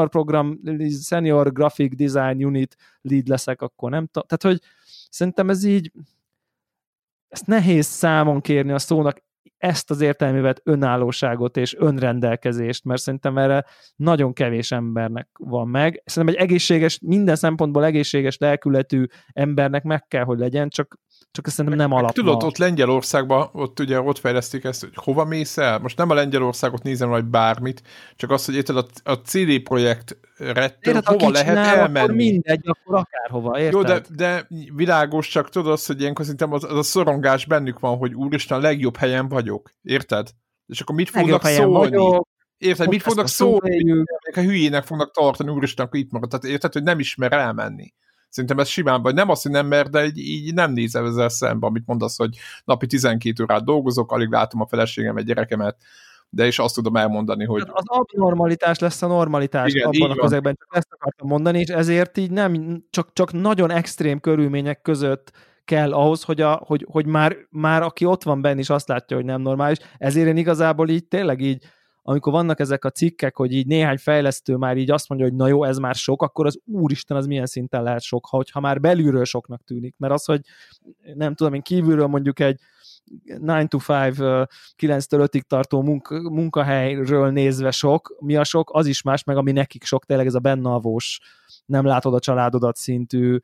senior graphic design unit lead leszek, akkor nem tudom. Tehát, hogy szerintem ez így, ezt nehéz számon kérni a szónak, ezt az értelmévet önállóságot és önrendelkezést, mert szerintem erre nagyon kevés embernek van meg. Szerintem egy egészséges, minden szempontból egészséges lelkületű embernek meg kell, hogy legyen, csak csak ezt szerintem nem alap. Tudod, ott Lengyelországban, ott fejlesztik ezt, hogy hova mész el? Most nem a Lengyelországot nézem, vagy bármit, csak azt, hogy érted, a CD Projektrettől hova lehet elmenni. Akkor mindegy, akkor akárhova, érted? Jó, de világos, csak tudod azt, hogy ilyenkor szerintem az a szorongás bennük van, hogy úristen, a legjobb helyen vagyok, érted? És akkor mit fognak szólni? Érted, mit fognak szólni? Ha hülyének fognak tartani, úristen, akkor itt marad. Tehát érted, hogy nem ismer elmenni. Szerintem ez simán, vagy nem azt, hogy nem mer, de így nem nézel ezzel szemben, amit mondasz, hogy napi 12 órát dolgozok, alig látom a feleségem, egy gyerekemet, de is azt tudom elmondani, hogy... Az abnormalitás lesz a normalitás. Igen, abban a közegben, csak ezt akartam mondani, és ezért így nem, csak nagyon extrém körülmények között kell ahhoz, hogy már aki ott van benne is azt látja, hogy nem normális. Ezért én igazából így tényleg így, amikor vannak ezek a cikkek, hogy így néhány fejlesztő már így azt mondja, hogy na jó, ez már sok, akkor az úristen, az milyen szinten lehet sok, ha már belülről soknak tűnik. Mert az, hogy nem tudom én, kívülről mondjuk egy 9 to 5, 9-től 5-ig tartó munkahelyről nézve sok, mi a sok, az is más, meg ami nekik sok, tényleg ez a bennalvós, nem látod a családodat szintű,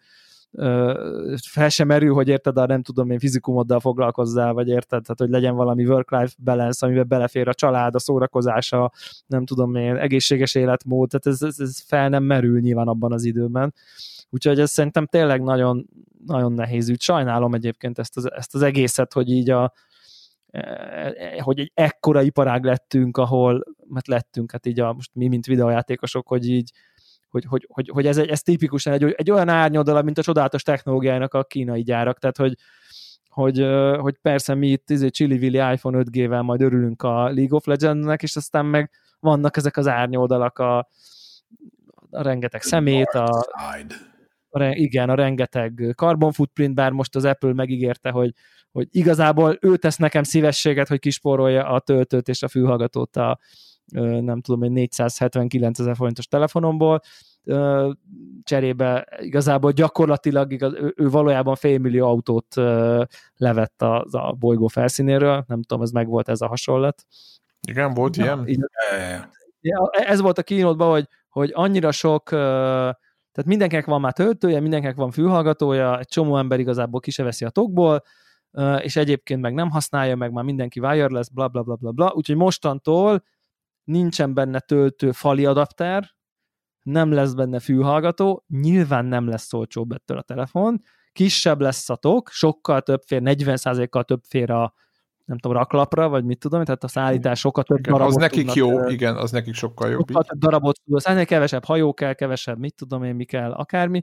fel sem merül, hogy érted, a nem tudom én fizikumoddal foglalkozzál, vagy érted, tehát hogy legyen valami work-life balance, amiben belefér a család, a szórakozása, nem tudom én, egészséges életmód, tehát ez fel nem merül nyilván abban az időben. Úgyhogy ez szerintem tényleg nagyon, nagyon nehéz ügy. Sajnálom egyébként ezt az egészet, hogy így hogy egy ekkora iparág lettünk, ahol, mert lettünk, hát így most mi, mint videójátékosok, hogy így hogy ez tipikusan egy olyan árnyoldala, mint a csodálatos technológiának a kínai gyárak, tehát hogy persze mi itt csili-vili iPhone 5G-vel majd örülünk a League of Legends-nek, és aztán meg vannak ezek az árnyoldalak, a rengeteg szemét, igen, a rengeteg carbon footprint, bár most az Apple megígérte, hogy igazából ő tesz nekem szívességet, hogy kispórolja a töltőt és a fülhallgatót a nem tudom, egy 479 000 forintos telefonomból, cserébe igazából gyakorlatilag ő valójában $500,000 autót levett a bolygó felszínéről, nem tudom, ez megvolt ez a hasonlat. Igen, volt ilyen? Ez volt a keynote-ban, hogy annyira sok, tehát mindenkinek van már töltője, mindenkinek van fülhallgatója, egy csomó ember igazából ki se veszi a tokból, és egyébként meg nem használja, meg már mindenki wireless, bla bla bla bla bla, úgyhogy mostantól nincsen benne töltő fali adapter, nem lesz benne fülhallgató, nyilván nem lesz olcsóbb ettől a telefon, kisebb lesz a tok, sokkal több fér, 40%-kal több fér a nem tudom, raklapra, vagy mit tudom, tehát a szállítás sokkal több darabot. Az nekik jó, igen, az nekik sokkal jobb. Sokkal több darabot tudod szállítani, kevesebb hajó kell, kevesebb, mit tudom én, mi kell, akármi.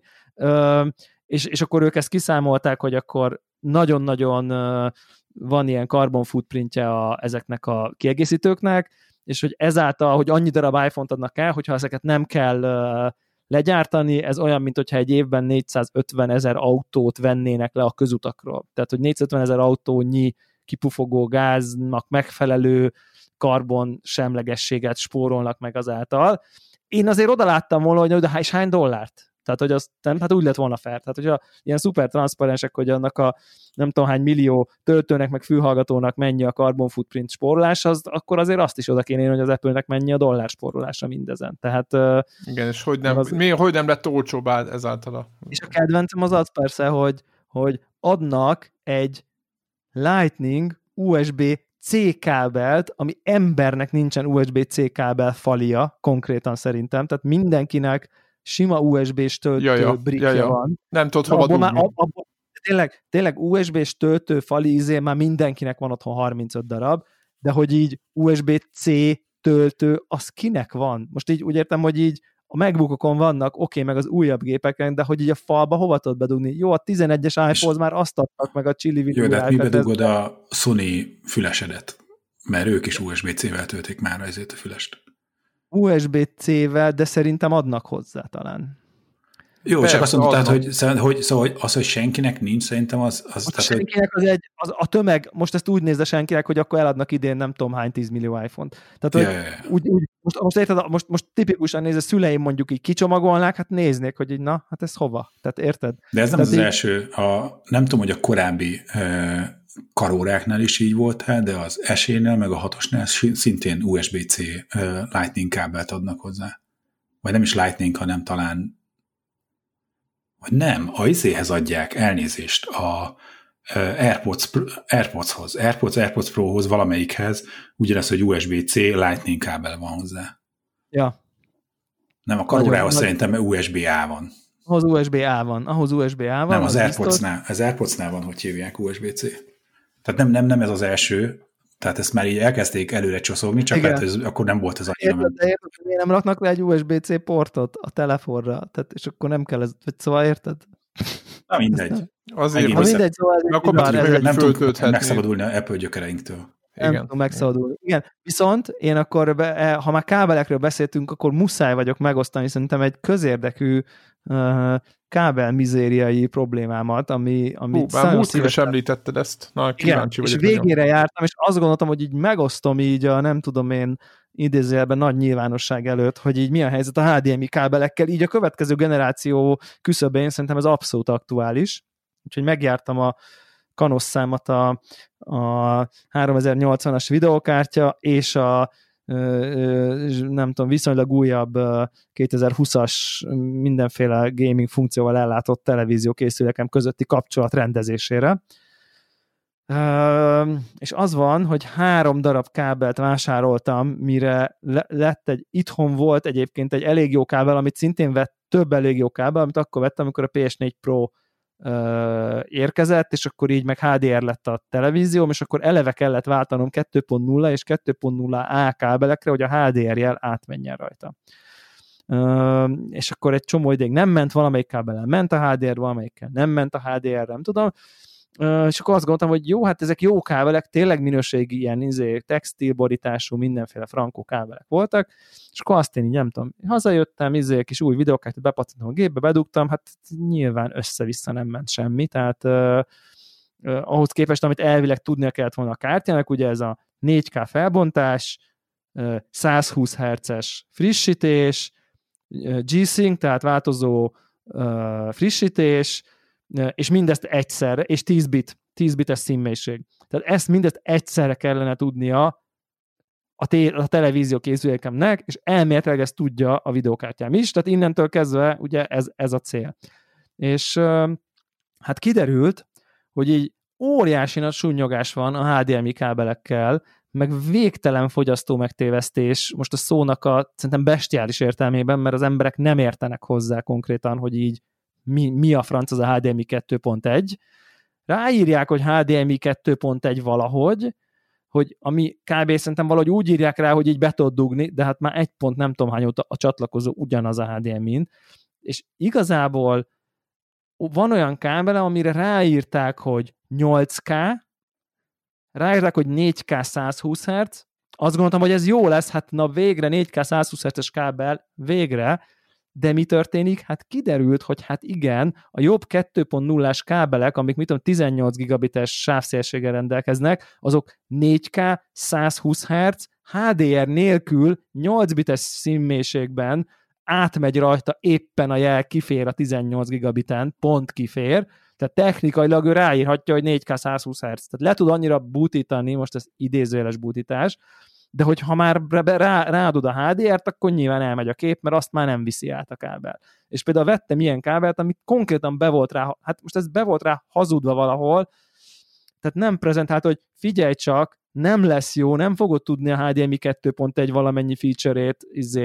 És akkor ők ezt kiszámolták, hogy akkor nagyon-nagyon van ilyen carbon footprintje ezeknek a kiegészítőknek, és hogy ezáltal, hogy annyi darab iPhone-t adnak el, hogyha ezeket nem kell legyártani, ez olyan, mint hogyha egy évben 450 000 autót vennének le a közutakról. Tehát, hogy 450 000 autónyi kipufogó gáznak megfelelő karbon semlegességet spórolnak meg azáltal. Én azért oda láttam volna, hogy de és hány dollárt? Tehát, hogy az nem, hát úgy lett volna fair. Tehát, hogyha ilyen szuper transzparensek, hogy annak a nem tudom hány millió töltőnek, meg fülhallgatónak mennyi a carbon footprint spórolás, akkor azért azt is oda kéne írni, hogy az Apple-nek mennyi a dollár spórolása mindezen. Tehát, igen, és hogy nem lett olcsóbb ezáltal. És a kedvencem az persze, hogy adnak egy Lightning USB-C kábelt, ami embernek nincsen USB-C kábel falia, konkrétan szerintem, tehát mindenkinek sima USB-s töltő brickja van. Nem tudod hova dugni. Tényleg USB-s töltő fali már mindenkinek van otthon 35 darab, de hogy így USB-C töltő, az kinek van? Most így úgy értem, hogy így a MacBookokon vannak, oké, meg az újabb gépeken, de hogy így a falba hova tudod bedugni? Jó, a 11-es iPhone már azt adtak meg a Chili Jó, de mi bedugod a Sony fülesedet? Mert ők is USB-C-vel töltik már ezért a fülest. USB-C-vel, de szerintem adnak hozzá talán. Jó, persze, csak azt mondtad, hogy az, hogy senkinek nincs, szerintem az tehát, senkinek a tömeg, most ezt úgy nézze senkinek, hogy akkor eladnak idén nem tudom hány 10 millió iPhone-t. Tehát, hogy most érted, most tipikusan nézze, szüleim mondjuk így kicsomagolnák, hát néznék, hogy így na, hát ez hova? Tehát érted? De ez nem az első, nem tudom, hogy a korábbi karóráknál is így volt, de az SE-nél, meg a 6-osnál szintén USB-C Lightning kábelt adnak hozzá. Vagy nem is Lightning, hanem talán vagy nem, a izéhez adják elnézést, a AirPods Prohoz valamelyikhez ugyanaz, hogy USB-C Lightning kábel van hozzá. Ja. Nem, a Karórához szerintem USB-A van. Ahhoz USB-A van. Nem, az AirPods-nál van, hogy hívják USB-C. Tehát nem ez az első, tehát ezt már így elkezdték előre csoszogni, csak lehet, hogy akkor nem volt ez annyira. Érted, hogy nem raknak le egy USB-C portot a telefonra, tehát, és akkor nem kell ez, szóval érted? Na mindegy. Azért, mindegy, szóval akkor nem tudunk megszabadulni a Apple gyökereinktől. Nem tudom megszabadulni. Igen, viszont én akkor, ha már kábelekről beszéltünk, akkor muszáj vagyok megosztani szerintem egy közérdekű kábelmizériai problémámat, ami már múltkor is említetted ezt. Na, kíváncsi vagyok. És végére jártam, és azt gondoltam, hogy így megosztom így a nem tudom én idézőjelben nagy nyilvánosság előtt, hogy így mi a helyzet a HDMI kábelekkel, így a következő generáció küszöbén szerintem ez abszolút aktuális. Úgyhogy megjártam a kanosszámat a 3080-as videókártya és a nem tudom, viszonylag újabb 2020-as mindenféle gaming funkcióval ellátott televíziókészülékem közötti kapcsolat rendezésére. És az van, hogy 3 darab kábelt vásároltam, mire itthon volt egyébként egy elég jó kábel, amit szintén vett több elég jó kábel, amit akkor vettem, amikor a PS4 Pro érkezett, és akkor így meg HDR lett a televízióm, és akkor eleve kellett váltanom 2.0 és 2.0A kábelekre, hogy a HDR jel átmenjen rajta. És akkor egy csomó ideig nem ment, valamelyik kábelen ment a HDR, valamelyikkel nem ment a HDR, nem tudom, és akkor azt gondoltam, hogy jó, hát ezek jó kábelek, tényleg minőségi ilyen textilborítású, mindenféle frankó kábelek voltak, és akkor azt én így nem tudom, hazajöttem, kis új videókártyát bepattintom a gépbe, bedugtam, hát nyilván össze-vissza nem ment semmi, tehát ahhoz képest, amit elvileg tudnia kellett volna a kártyának, ugye ez a 4K felbontás, 120 Hz-es frissítés, G-Sync, tehát változó frissítés, és mindezt egyszerre, és 10 bites színmélység. Tehát ezt mindezt egyszerre kellene tudnia a televízió készülékemnek, és elméletileg ezt tudja a videókártyám is, tehát innentől kezdve ugye ez a cél. És hát kiderült, hogy így óriási nagy sunnyogás van a HDMI kábelekkel, meg végtelen fogyasztó megtévesztés, most a szónak a szerintem bestiális értelmében, mert az emberek nem értenek hozzá konkrétan, hogy így mi a franc az a HDMI 2.1. Ráírják, hogy HDMI 2.1 valahogy, hogy ami kb. Szerintem valahogy úgy írják rá, hogy így be tudod dugni, de hát már 1 pont nem tudom hány óta a csatlakozó ugyanaz a HDMI-n, és igazából van olyan kábele, amire ráírták, hogy 8K, ráírták, hogy 4K 120 Hz, azt gondoltam, hogy ez jó lesz, hát na végre 4K 120 Hz-es kábel, végre, de mi történik? Hát kiderült, hogy hát igen, a jobb 2.0-ás kábelek, amik 18 gigabites sávszélességgel rendelkeznek, azok 4K 120 Hz, HDR nélkül 8 bites színmélységben átmegy rajta, éppen a jel kifér a 18 gigabiten, pont kifér, tehát technikailag ő ráírhatja, hogy 4K 120 Hz. Tehát le tud annyira butítani, most ez idézőjeles butítás, de hogyha már ráadod a HDR-t, akkor nyilván elmegy a kép, mert azt már nem viszi át a kábel. És például vettem ilyen kábelt, amit konkrétan be volt rá, hát most ez be volt rá hazudva valahol, tehát nem prezentált, hogy figyelj csak, nem lesz jó, nem fogod tudni a HDMI 2.1 valamennyi feature-ét,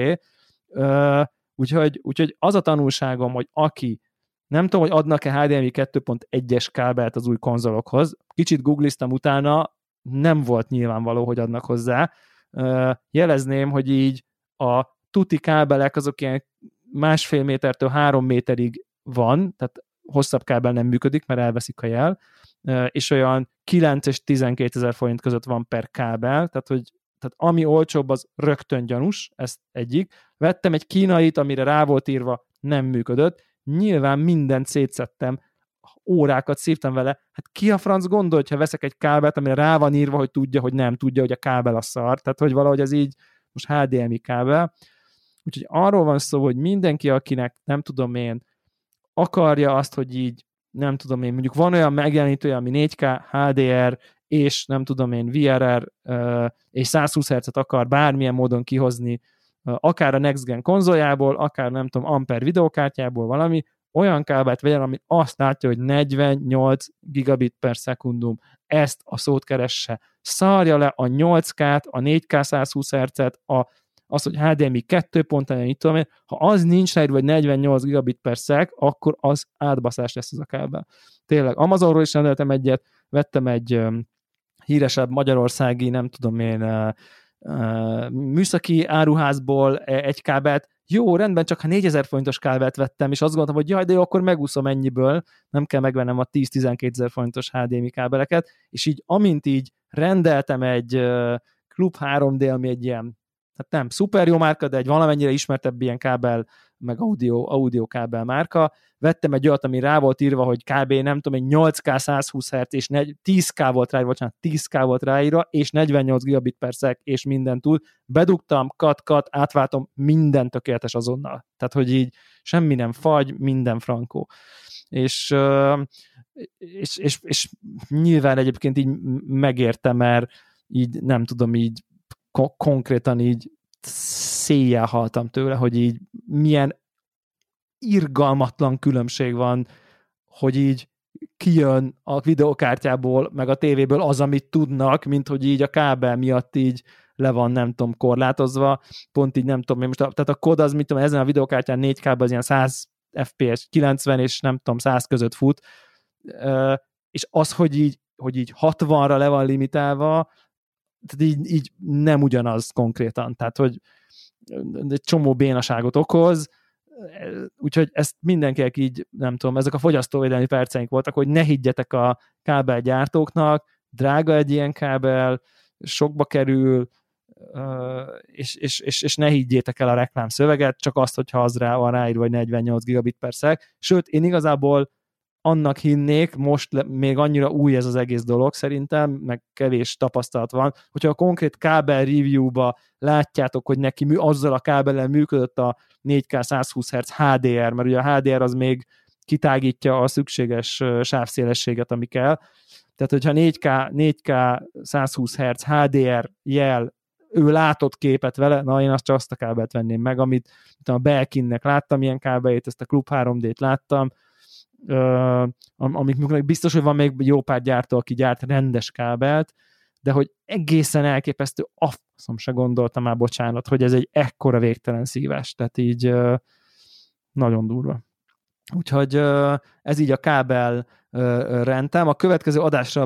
úgyhogy az a tanulságom, hogy aki, nem tudom, hogy adnak-e HDMI 2.1-es kábelt az új konzolokhoz, kicsit googliztam utána, nem volt nyilvánvaló, hogy adnak hozzá. Jelezném, hogy így a tuti kábelek azok ilyen 1,5 métertől 3 méterig van, tehát hosszabb kábel nem működik, mert elveszik a jel, és olyan 9 és 12 000 forint között van per kábel, tehát ami olcsóbb, az rögtön gyanús, ez egyik. Vettem egy kínait, amire rá volt írva, nem működött, nyilván mindent szétszettem, órákat szívtam vele, hát ki a franc gondol, hogyha veszek egy kábelt, amire rá van írva, hogy tudja, hogy nem tudja, hogy a kábel a szar, tehát hogy valahogy ez így most HDMI kábel. Úgyhogy arról van szó, hogy mindenki, akinek nem tudom én, akarja azt, hogy így nem tudom én, mondjuk van olyan megjelenítője, ami 4K, HDR, és nem tudom én, VRR és 120 Hz-et akar bármilyen módon kihozni, akár a Next Gen konzoljából, akár nem tudom, Ampere videókártyából valami, olyan kábelt vegyen, ami azt látja, hogy 48 gigabit per szekundum, ezt a szót keresse. Szarja le a 8K-t, a 4K 120 Hz-et, az, hogy HDMI 2.1, mit tudom én, ha az nincs leírva, hogy 48 gigabit per szek, akkor az átbaszás lesz az a kábel. Tényleg, Amazonról is rendeltem egyet, vettem egy híresebb magyarországi, nem tudom én, műszaki áruházból egy kábelt, jó, rendben, csak ha 4000 forintos kábelt vettem, és azt gondoltam, hogy jaj, de jó, akkor megúszom ennyiből, nem kell megvennem a 10-12 ezer forintos HDMI kábeleket, és így amint így rendeltem egy Club 3D, ami egy ilyen, hát nem szuper jó márka, de egy valamennyire ismertebb ilyen kábel, meg audio kábel márka, vettem egy olyat, ami rá volt írva, hogy kb. Nem tudom, egy 8K 120 Hz, és 10K volt rá, bocsánat, 10K volt ráírva, és 48 gigabit per szek, és minden túl. Bedugtam, kat, átváltom, minden tökéletes azonnal. Tehát, hogy így semmi nem fagy, minden frankó. És nyilván egyébként így megértem, mert így nem tudom, így konkrétan így széjjel haltam tőle, hogy így milyen irgalmatlan különbség van, hogy így kijön a videokártyából, meg a tévéből az, amit tudnak, mint hogy így a kábel miatt így le van, nem tudom, korlátozva. Pont így nem tudom, én most tehát a kód az, mit tudom, ezen a videokártyán 4K-ban az ilyen 100 FPS, 90 és nem tudom, 100 között fut, és az, hogy így 60-ra le van limitálva, tehát így nem ugyanaz konkrétan, tehát hogy egy csomó bénaságot okoz, úgyhogy ezt mindenkinek így, nem tudom, ezek a fogyasztóvédelmi perceink voltak, hogy ne higgyetek a kábelgyártóknak, drága egy ilyen kábel, sokba kerül, és ne higgyétek el a reklámszöveget, csak azt, hogyha az rá van ráírva, vagy 48 gigabit per szek. Sőt, én igazából annak hinnék, most még annyira új ez az egész dolog szerintem, meg kevés tapasztalat van, hogyha a konkrét kábel review-ba látjátok, hogy neki azzal a kábellel működött a 4K 120 Hz HDR, mert ugye a HDR az még kitágítja a szükséges sávszélességet, ami kell. Tehát, hogyha 4K 120 Hz HDR jel, ő látott képet vele, na én azt csak azt a kábelt venném meg, amit a Belkinnek láttam ilyen kábeljét, ezt a Club 3D-t láttam, amik biztos, hogy van még jó pár gyártó, aki gyárt rendes kábelt, de hogy egészen elképesztő, azt se gondoltam már, bocsánat, hogy ez egy ekkora végtelen szívás, tehát így nagyon durva. Úgyhogy ez így a kábel rendem. A következő adásra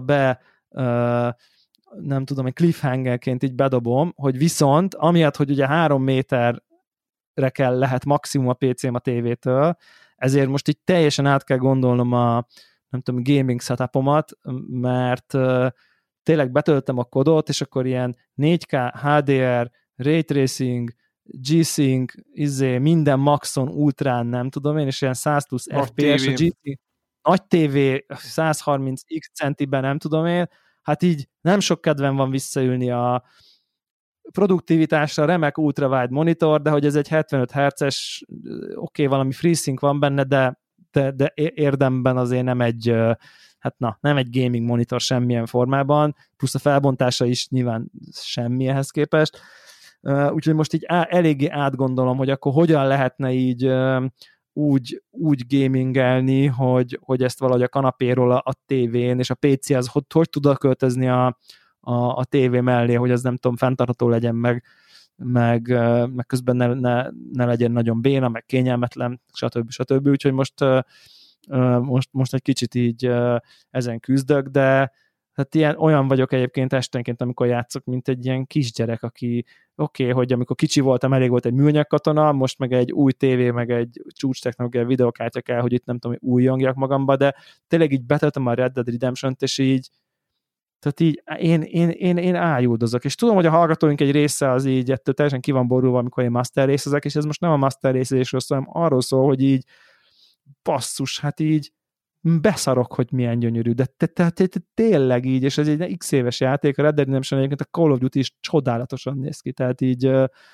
nem tudom, egy cliffhangerként így bedobom, hogy viszont, amiatt, hogy ugye 3 méterre lehet maximum a PC-m a tévétől, ezért most így teljesen át kell gondolnom a nem tudom, gaming setupomat, mert tényleg betöltem a kodot, és akkor ilyen 4K, HDR, Ray Tracing, G-Sync, minden maxon, ultrán, nem tudom én, és ilyen 100 plusz FPS, a G-Sync, nagy TV, 130x centiben, nem tudom én, hát így nem sok kedvem van visszaülni a produktivitásra, remek ultrawide monitor, de hogy ez egy 75 Hz-es, valami FreeSync van benne, de érdemben azért nem egy, nem egy gaming monitor semmilyen formában, plusz a felbontása is nyilván semmi ehhez képest. Úgyhogy most így eléggé átgondolom, hogy akkor hogyan lehetne így úgy gamingelni, hogy ezt valahogy a kanapéról a tévén, és a PC az hogy tud költözni a tévé mellé, hogy az nem tudom, fenntartható legyen, meg közben ne legyen nagyon béna, meg kényelmetlen, stb. Úgyhogy most egy kicsit így ezen küzdök, de hát olyan vagyok egyébként esténként, amikor játszok, mint egy ilyen kisgyerek, aki hogy amikor kicsi voltam, elég volt egy műanyag katona, most meg egy új tévé, meg egy csúcs technológiai videokártya kell, hogy itt nem tudom, hogy újjongjak magamba, de tényleg így betöltöm a Red Dead Redemption-t, és így tehát így én ájuldozok, és tudom, hogy a hallgatóink egy része az így ettől teljesen ki van borulva, amikor én master részezek, és ez most nem a master részezésről szól, hanem arról szól, hogy így basszus, hát így beszarok, hogy milyen gyönyörű, de tényleg így, és ez egy x éves játék, a Red Dead Redemption egyébként a Call of Duty is csodálatosan néz ki, tehát így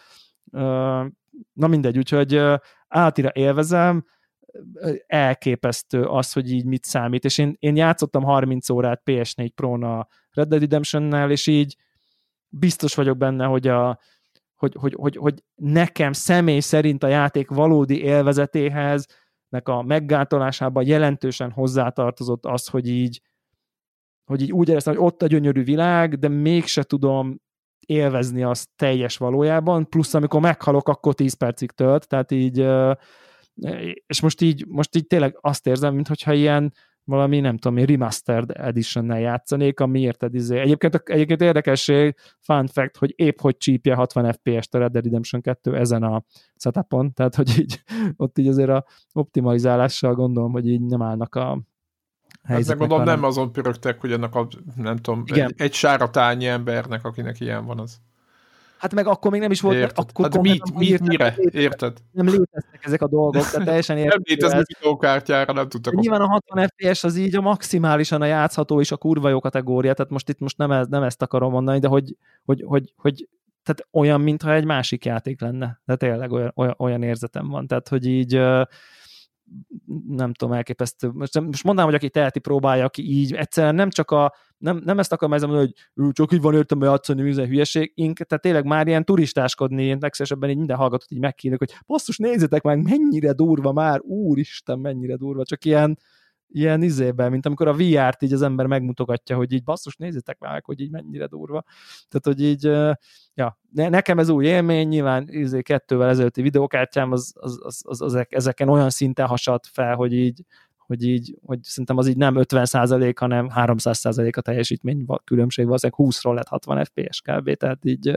na mindegy, úgyhogy átira élvezem, elképesztő az, hogy így mit számít, és én játszottam 30 órát PS4 Pro-n a Red Dead Redemption-nel, és így biztos vagyok benne, hogy nekem személy szerint a játék valódi élvezetéhez a meggátolásában jelentősen hozzátartozott az, hogy így úgy éreztem, hogy ott a gyönyörű világ, de mégse tudom élvezni azt teljes valójában, plusz amikor meghalok, akkor 10 percig tölt, tehát így, és most így tényleg azt érzem, mintha ilyen valami, nem tudom, remastered edition-nel játszanék, ami érted, egyébként érdekesség, fun fact, hogy épp hogy csípje 60 FPS-t a Red Dead Redemption 2 ezen a setupon, tehát hogy így ott így azért a optimalizálással gondolom, hogy így nem állnak a helyzetnek. Hát gondolom nem azon pörögtek, hogy ennek a, nem tudom, egy sáratányi embernek, akinek ilyen van az. Hát meg akkor még nem is volt. Érted? Akkor Hát mire? Érted? Nem léteztek ezek a dolgok, tehát teljesen érted. Nem léteznek videókártyára, nem tudtak. Nyilván a 60 FPS az így a maximálisan a játszható és a kurva jó kategória, tehát most nem ezt akarom mondani, de hogy tehát olyan, mintha egy másik játék lenne. Tehát tényleg olyan érzetem van. Tehát, hogy így nem tudom, elképesztő. Most mondanám, hogy aki teheti, próbálja, aki így egyszerűen nem csak nem ezt akarom ezzel mondani, hogy csak így van értelme játszani, minden hülyeség, tehát tényleg már ilyen turistáskodni, én legszívesebben így minden hallgatót így megkérnek, hogy basszus, nézzétek meg, mennyire durva már, úristen, mennyire durva, csak ilyen izében, mint amikor a VR-t így az ember megmutogatja, hogy így basszus, nézzétek meg, hogy így mennyire durva. Tehát, hogy így, ja, nekem ez új élmény, nyilván 2-vel ezelőtti videókártyám az ezeken olyan szinten hasadt fel, hogy szerintem az így nem 50%, hanem 300% a teljesítmény különbség, valószínűleg 20-ról lett 60 FPS kb. Tehát így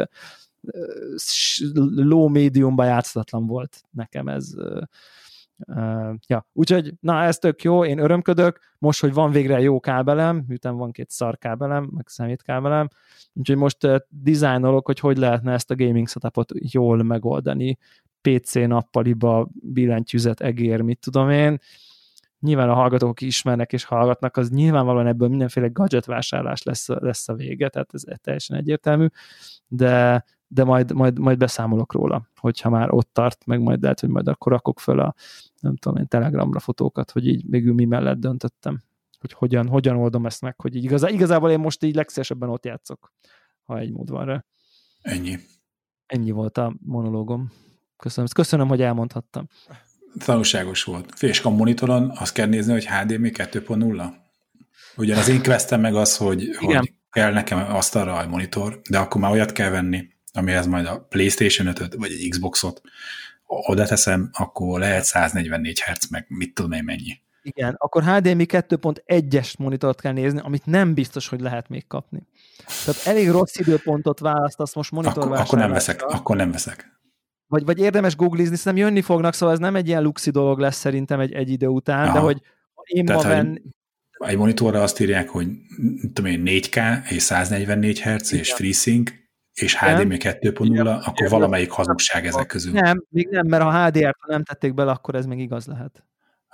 low mediumba játszatlan volt nekem ez. Ja, úgyhogy, na, ez tök jó, én örömködök, most, hogy van végre jó kábelem, miután van 2 szar kábelem, meg szemétkábelem, úgyhogy most dizájnolok, hogy lehetne ezt a gaming setupot jól megoldani, PC nappaliba, billentyűzet, egér, mit tudom én. Nyilván a hallgatók, akik ismernek és hallgatnak, az nyilvánvalóan ebből mindenféle gadget vásárlás lesz a vége, tehát ez teljesen egyértelmű, de majd beszámolok róla, hogyha már ott tart, meg majd lehet, hogy majd akkor rakok föl a, nem tudom én, Telegramra fotókat, hogy így végül mi mellett döntöttem, hogy hogyan oldom ezt meg, hogy így igazából én most így legszívesebben ott játszok, ha egy mód van rá. Ennyi volt a monológom. Köszönöm, hogy elmondhattam. Tanulságos volt. Féskam monitoron azt kell nézni, hogy HDMI 2.0? Ugyan az én questem meg az, hogy kell nekem asztalra a monitor, de akkor már olyat kell venni, amihez majd a PlayStation 5-öt, vagy egy Xboxot oda teszem, akkor lehet 144 Hz, meg mit tudom én mennyi. Igen, akkor HDMI 2.1-es monitort kell nézni, amit nem biztos, hogy lehet még kapni. Tehát elég rossz időpontot választasz most monitorvásárlásra. Akkor nem veszek. Vagy érdemes googlizni, szerintem jönni fognak, szóval ez nem egy ilyen luxi dolog lesz szerintem egy idő után, de hogy én ma egy monitorra azt írják, hogy tudom én, 4K és 144 Hz és FreeSync és HDMI 2.0, akkor valamelyik hazugság ezek közül. Nem, még nem, mert a HDR-t nem tették bele, akkor ez még igaz lehet.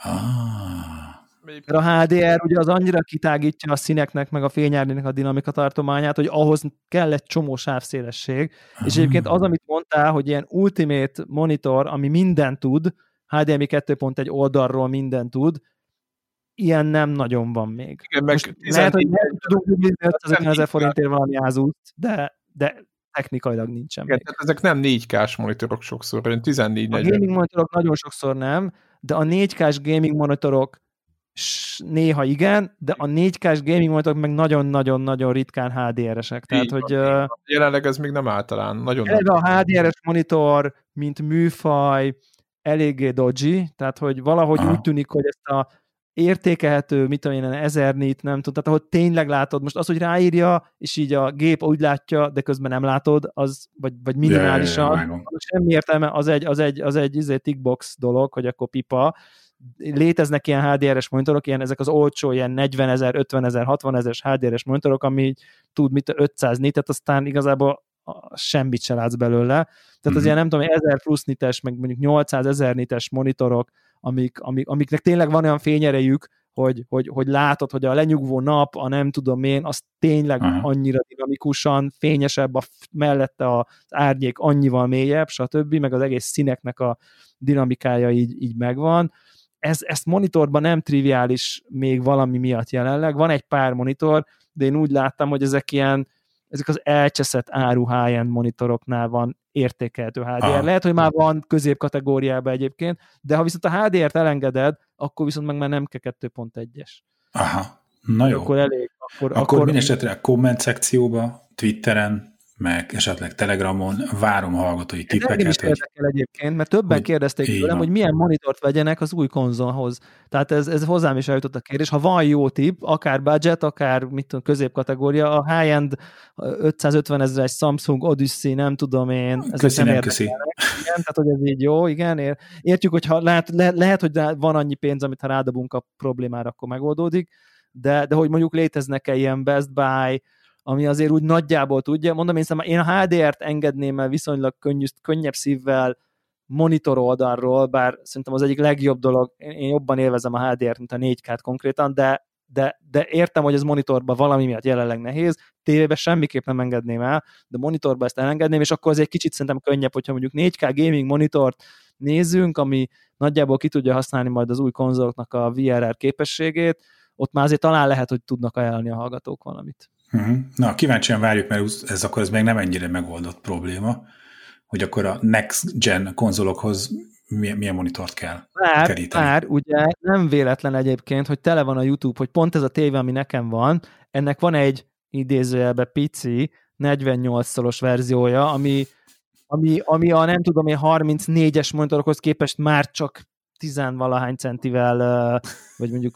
Mert a HDR ugye az annyira kitágítja a színeknek, meg a fényárnyéknak a dinamika tartományát, hogy ahhoz kell egy csomó sávszélesség. És egyébként az, amit mondtál, hogy ilyen ultimate monitor, ami mindent tud, HDMI 2.1 oldalról mindent tud, ilyen nem nagyon van még. Igen, most lehet, hogy nem tudunk 550 000 forintért valami ázút, de technikailag nincsen. Igen, tehát ezek nem 4K-s monitorok sokszor, olyan 14-40. A gaming monitorok nagyon sokszor nem, de a 4K-s gaming monitorok néha igen, de a 4K-s gaming monitorok meg nagyon-nagyon-nagyon ritkán HDR-esek. Tehát, hogy jelenleg ez még nem általán. Nagyon a HDR-es monitor, mint műfaj, eléggé dodgy, tehát hogy valahogy úgy tűnik, hogy ezt a értékelhető, mit tudom én, 1000 nit, nem tudom, tehát ahol tényleg látod, most az, hogy ráírja, és így a gép úgy látja, de közben nem látod, az, vagy minimálisan, semmi értelme, az egy tickbox dolog, hogy akkor pipa. Léteznek ilyen HDR-es monitorok, ezek az olcsó, ilyen 40 000, 50 000, 60 000-es HDR-es monitorok, ami tud 500 nitet, aztán igazából semmit se látsz belőle. Tehát az ilyen nem tudom, 1000 plusz nites, meg mondjuk 800 000 nites monitorok, amiknek tényleg van olyan fényerejük, hogy látod, hogy a lenyugvó nap, a nem tudom én, az tényleg annyira dinamikusan, fényesebb, mellette az árnyék annyival mélyebb, stb., meg az egész színeknek a dinamikája így megvan. Ezt monitorban nem triviális még valami miatt jelenleg. Van egy pár monitor, de én úgy láttam, hogy ezek ilyen ezek az elcseszett áru high-end monitoroknál van értékelhető HDR. Aha. Lehet, hogy már van középkategóriában egyébként, de ha viszont a HDR-t elengeded, akkor viszont már nem kell 2.1-es. Aha, na jó. Akkor elég. Akkor mindesetre a komment szekcióba, Twitteren, meg esetleg Telegramon várom a hallgatói tippeket. Engem is érdekel egyébként, mert többen kérdezték tőlem, hogy milyen monitort vegyenek az új konzolhoz. Tehát ez hozzám is eljutott a kérdés. Ha van jó tipp, akár budget, akár középkategória, a high-end 550 000-es Samsung Odyssey, nem tudom én. Köszi, nem köszi. Igen, tehát hogy ez így jó, igen. Értjük, hogy lehet, hogy van annyi pénz, amit ha rádobunk a problémára, akkor megoldódik, de hogy mondjuk léteznek-e ilyen Best Buy, ami azért úgy nagyjából tudja. Mondom, én a HDR-t engedném el viszonylag könnyebb szívvel monitor oldalról, bár szerintem az egyik legjobb dolog, én jobban élvezem a HDR-t, mint a 4K-t konkrétan, de értem, hogy ez monitorban valami miatt jelenleg nehéz, tévében semmiképp nem engedném el, de monitorban ezt elengedném, és akkor az egy kicsit szerintem könnyebb, hogyha mondjuk 4K gaming monitort nézzünk, ami nagyjából ki tudja használni majd az új konzoloknak a VRR képességét, ott már azért talán lehet, hogy tudnak ajánlani a hallgatók valamit. Na, kíváncsian várjuk, mert ez még nem ennyire megoldott probléma, hogy akkor a next gen konzolokhoz milyen monitort kell keríteni. Már ugye nem véletlen egyébként, hogy tele van a YouTube, hogy pont ez a tévé, ami nekem van, ennek van egy idézőjelben pici 48-szoros verziója, ami a nem tudom én 34-es monitorokhoz képest már csak 10-valahány centivel, vagy mondjuk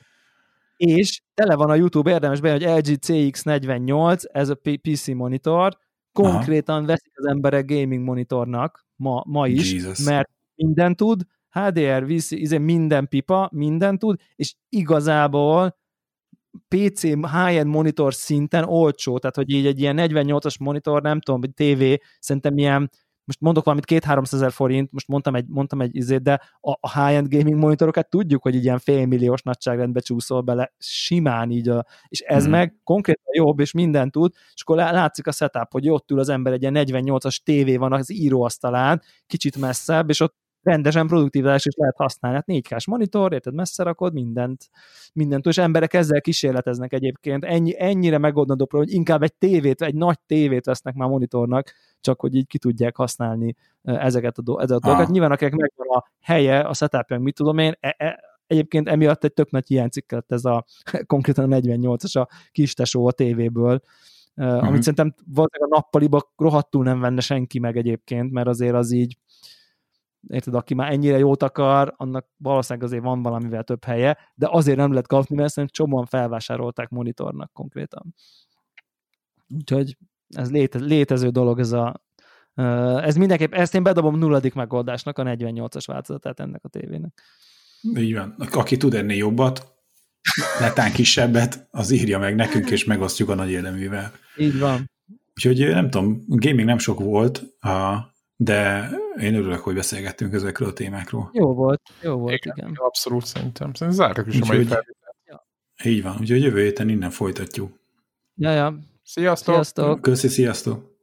és tele van a YouTube, érdemes bejönni, hogy LG CX48, ez a PC monitor, konkrétan veszik az emberek gaming monitornak ma is, Jesus. mert minden tud, HDR, minden pipa, minden tud, és igazából PC high-end monitor szinten olcsó, tehát hogy így egy ilyen 48-as monitor, nem tudom, vagy tévé, szerintem ilyen, most mondok valamit 200-300 ezer forint, most mondtam egy izét, de a high-end gaming monitorokat tudjuk, hogy így ilyen félmilliós nagyságrendbe csúszol bele, simán így, és ez meg konkrétan jobb, és mindent tud, és akkor látszik a setup, hogy ott ül az ember, egy ilyen 48-as tévé van az íróasztalán, kicsit messzebb, és ott rendesen produktivitás is lehet használni. Hát 4K-s monitor, érted, messze rakod, mindent, és emberek ezzel kísérleteznek egyébként. Ennyire megoldandó probléma, hogy inkább egy nagy tévét vesznek már monitornak, csak hogy így ki tudják használni ezeket a dolgokat. Nyilván akinek megvan a helye, a setupja, mit tudom én, egyébként emiatt egy tök nagy hiánycikk lett ez a konkrétan a 48-as a kis tesó a tévéből, amit szerintem valószínűleg a nappaliba rohadtul nem venne senki meg egyébként, mert azért az így érted, aki már ennyire jót akar, annak valószínűleg azért van valamivel több helye, de azért nem lehet kapni, mert szerintem csomóan felvásárolták monitornak konkrétan. Úgyhogy ez létező dolog, ez mindenképp, ezt én bedobom 0. megoldásnak, a 48-as változatát ennek a tévének. Így van. Aki tud ennél jobbat, netán kisebbet, az írja meg nekünk, és megosztjuk a nagy érdeművel. Így van. Úgyhogy nem tudom, gaming nem sok volt, de én örülök, hogy beszélgettünk ezekről a témákról. Jó volt, igen. Abszolút szerintem zárjuk is a mai felvételt. Így van, úgyhogy jövő héten innen folytatjuk. Ja. Sziasztok! Köszi, sziasztok!